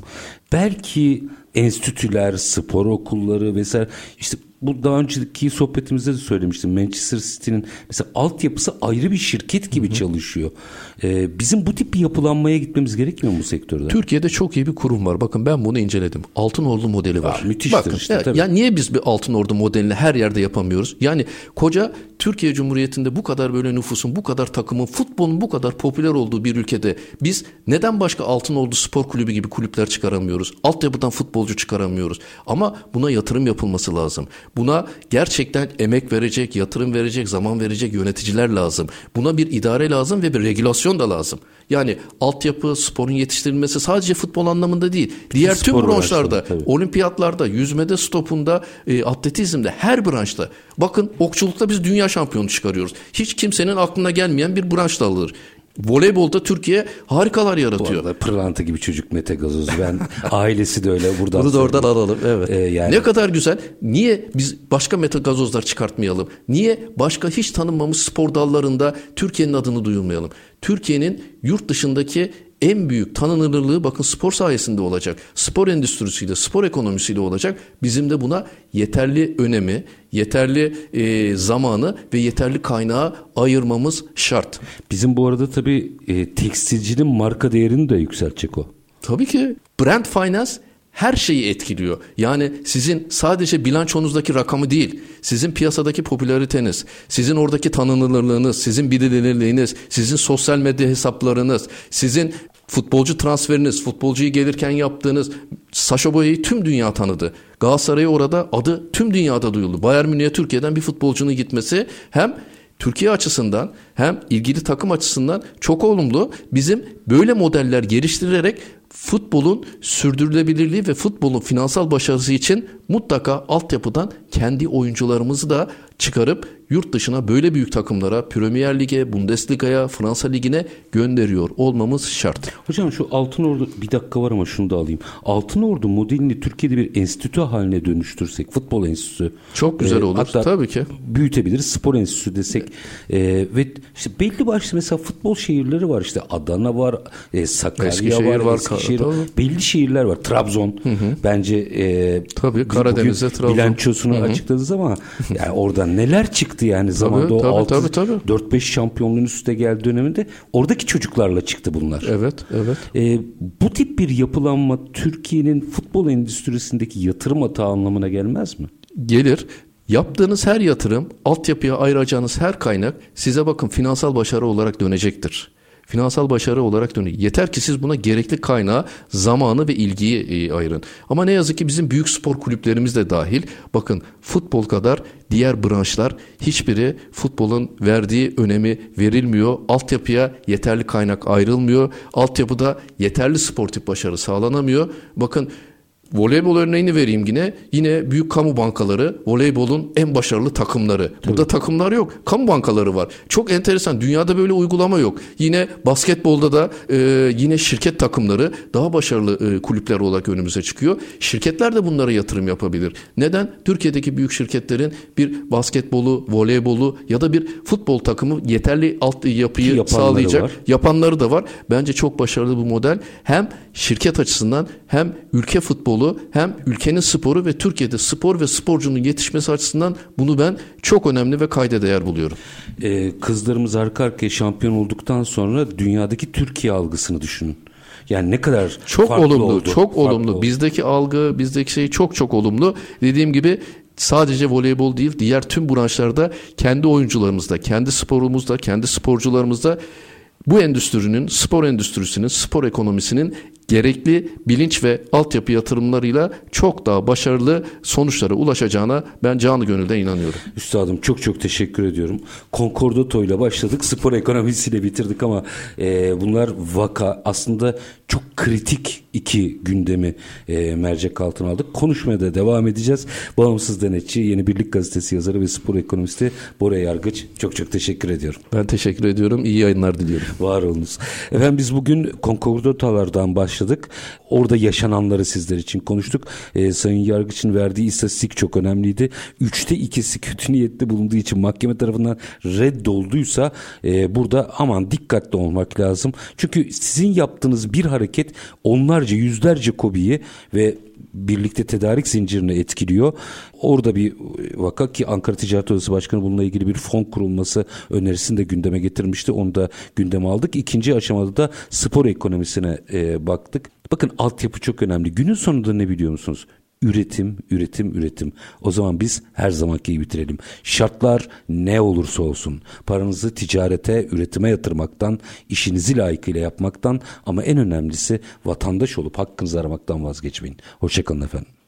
belki enstitüler, spor okulları vesaire, işte bu daha önceki sohbetimizde de söylemiştim. Manchester City'nin mesela altyapısı ayrı bir şirket gibi, hı hı, çalışıyor. Ee, bizim bu tip bir yapılanmaya gitmemiz gerekmiyor mu bu sektörde? Türkiye'de çok iyi bir kurum var. Bakın ben bunu inceledim. Altınordu modeli var. Aa, müthiştir. Bakın, işte. Ya, tabii. ya niye biz bir Altınordu modelini her yerde yapamıyoruz? Yani koca Türkiye Cumhuriyeti'nde bu kadar böyle nüfusun, bu kadar takımın, futbolun bu kadar popüler olduğu bir ülkede biz neden başka Altınordu Spor Kulübü gibi kulüpler çıkaramıyoruz? Altyapıdan futbolcu çıkaramıyoruz. Ama buna yatırım yapılması lazım. Buna gerçekten emek verecek, yatırım verecek, zaman verecek yöneticiler lazım. Buna bir idare lazım ve bir regülasyon da lazım. Yani altyapı, sporun yetiştirilmesi sadece futbol anlamında değil. Diğer tüm Spor branşlarda, uğraşları, olimpiyatlarda, yüzmede, stopunda, e, atletizmde, her branşta. Bakın okçulukta biz dünya şampiyonu çıkarıyoruz. Hiç kimsenin aklına gelmeyen bir branş dalıdır. Voleybolda Türkiye harikalar yaratıyor. Bu arada pırlanta gibi çocuk Mete Gazoz. Ben ailesi de öyle. Buradan Bunu da oradan alalım. Evet. Ee, yani... Ne kadar güzel. Niye biz başka Mete Gazozlar çıkartmayalım? Niye başka hiç tanınmamış spor dallarında Türkiye'nin adını duyurmayalım? Türkiye'nin yurt dışındaki en büyük tanınırlığı bakın spor sayesinde olacak. Spor endüstrisiyle, spor ekonomisiyle olacak. Bizim de buna yeterli önemi, yeterli e, zamanı ve yeterli kaynağı ayırmamız şart. Bizim bu arada tabii e, tekstilcinin marka değerini de yükseltecek o. Tabii ki. Brand finance her şeyi etkiliyor. Yani sizin sadece bilançonuzdaki rakamı değil, sizin piyasadaki popülariteniz, sizin oradaki tanınırlığınız, sizin bilinirliğiniz, sizin sosyal medya hesaplarınız, sizin futbolcu transferiniz, futbolcuyu gelirken yaptığınız, Sacha Boey'i tüm dünya tanıdı. Galatasaray'a orada adı tüm dünyada duyuldu. Bayern Münih'e Türkiye'den bir futbolcunun gitmesi hem Türkiye açısından hem ilgili takım açısından çok olumlu. Bizim böyle modeller geliştirerek futbolun sürdürülebilirliği ve futbolun finansal başarısı için mutlaka altyapıdan kendi oyuncularımızı da çıkarıp yurt dışına böyle büyük takımlara, Premier Lig'e, Bundesliga'ya, Fransa Ligi'ne gönderiyor olmamız şart. Hocam şu Altınordu, bir dakika var ama şunu da alayım. Altınordu modelini Türkiye'de bir enstitü haline dönüştürsek, futbol enstitüsü. Çok güzel olur. Hatta tabii ki. Büyütebiliriz, spor enstitüsü desek. E, ve işte belli başlı mesela futbol şehirleri var. İşte Adana var, e, Sakarya Eskişehir var, var, Eskişehir Ka- var. Belli şehirler var. Trabzon. Hı hı. Bence e, tabii Karadeniz'e Trabzon. Bilançosunu hı hı. açıkladınız ama yani oradan neler çıktı yani zamanda o altı dört beş şampiyonluğun üstüne geldiği döneminde oradaki çocuklarla çıktı bunlar. Evet, evet. E, bu tip bir yapılanma Türkiye'nin futbol endüstrisindeki yatırım hata anlamına gelmez mi? Gelir. Yaptığınız her yatırım, altyapıya ayıracağınız her kaynak size bakın finansal başarı olarak dönecektir. Finansal başarı olarak dönüyor. Yeter ki siz buna gerekli kaynağı, zamanı ve ilgiyi e, ayırın. Ama ne yazık ki bizim büyük spor kulüplerimiz de dahil. Bakın futbol kadar diğer branşlar hiçbiri futbolun verdiği önemi verilmiyor. Altyapıya yeterli kaynak ayrılmıyor. Altyapıda yeterli sportif başarı sağlanamıyor. Bakın voleybol örneğini vereyim yine. Yine büyük kamu bankaları voleybolun en başarılı takımları. Tabii. Burada takımlar yok. Kamu bankaları var. Çok enteresan. Dünyada böyle uygulama yok. Yine basketbolda da e, yine şirket takımları daha başarılı e, kulüpler olarak önümüze çıkıyor. Şirketler de bunlara yatırım yapabilir. Neden? Türkiye'deki büyük şirketlerin bir basketbolu, voleybolu ya da bir futbol takımı yeterli alt yapıyı yapanları sağlayacak. Var. Yapanları da var. Bence çok başarılı bu model. Hem şirket açısından hem ülke futbolu hem ülkenin sporu ve Türkiye'de spor ve sporcunun yetişmesi açısından bunu ben çok önemli ve kayda değer buluyorum. Ee, kızlarımız arka arkaya şampiyon olduktan sonra dünyadaki Türkiye algısını düşünün. Yani ne kadar çok farklı olumlu, oldu. çok farklı olumlu. oldu. Bizdeki algı, bizdeki şey çok çok olumlu. Dediğim gibi sadece voleybol değil, diğer tüm branşlarda kendi oyuncularımızda, kendi sporumuzda, kendi sporcularımızda bu endüstrinin, spor endüstrisinin, spor ekonomisinin gerekli bilinç ve altyapı yatırımlarıyla çok daha başarılı sonuçlara ulaşacağına ben canı gönülden inanıyorum. Üstadım çok çok teşekkür ediyorum. Concordato ile başladık, spor ekonomisiyle bitirdik ama e, bunlar vaka aslında çok kritik iki gündemi e, mercek altına aldık. Konuşmaya da devam edeceğiz. Bağımsız denetçi, Yeni Birlik Gazetesi yazarı ve spor ekonomisti Bora Yargıç. Çok çok teşekkür ediyorum. Ben teşekkür ediyorum. İyi yayınlar diliyorum. Var olunuz. Efendim biz bugün Concordato'lardan başladık. başladık. Orada yaşananları sizler için konuştuk. Ee, Sayın Yargıç'ın verdiği istatistik çok önemliydi. Üçte ikisi kötü niyetli bulunduğu için mahkeme tarafından reddolduysa e, burada aman dikkatli olmak lazım. Çünkü sizin yaptığınız bir hareket onlarca, yüzlerce KOBİ'yi ve birlikte tedarik zincirini etkiliyor. Orada bir vaka ki Ankara Ticaret Odası Başkanı bununla ilgili bir fon kurulması önerisini de gündeme getirmişti. Onu da gündeme aldık. İkinci aşamada da spor ekonomisine e, baktık. Bakın altyapı çok önemli. Günün sonunda ne biliyor musunuz? Üretim, üretim, üretim. O zaman biz her zamanki gibi bitirelim. Şartlar ne olursa olsun paranızı ticarete, üretime yatırmaktan, işinizi layıkıyla yapmaktan ama en önemlisi vatandaş olup hakkınızı aramaktan vazgeçmeyin. Hoşça kalın efendim.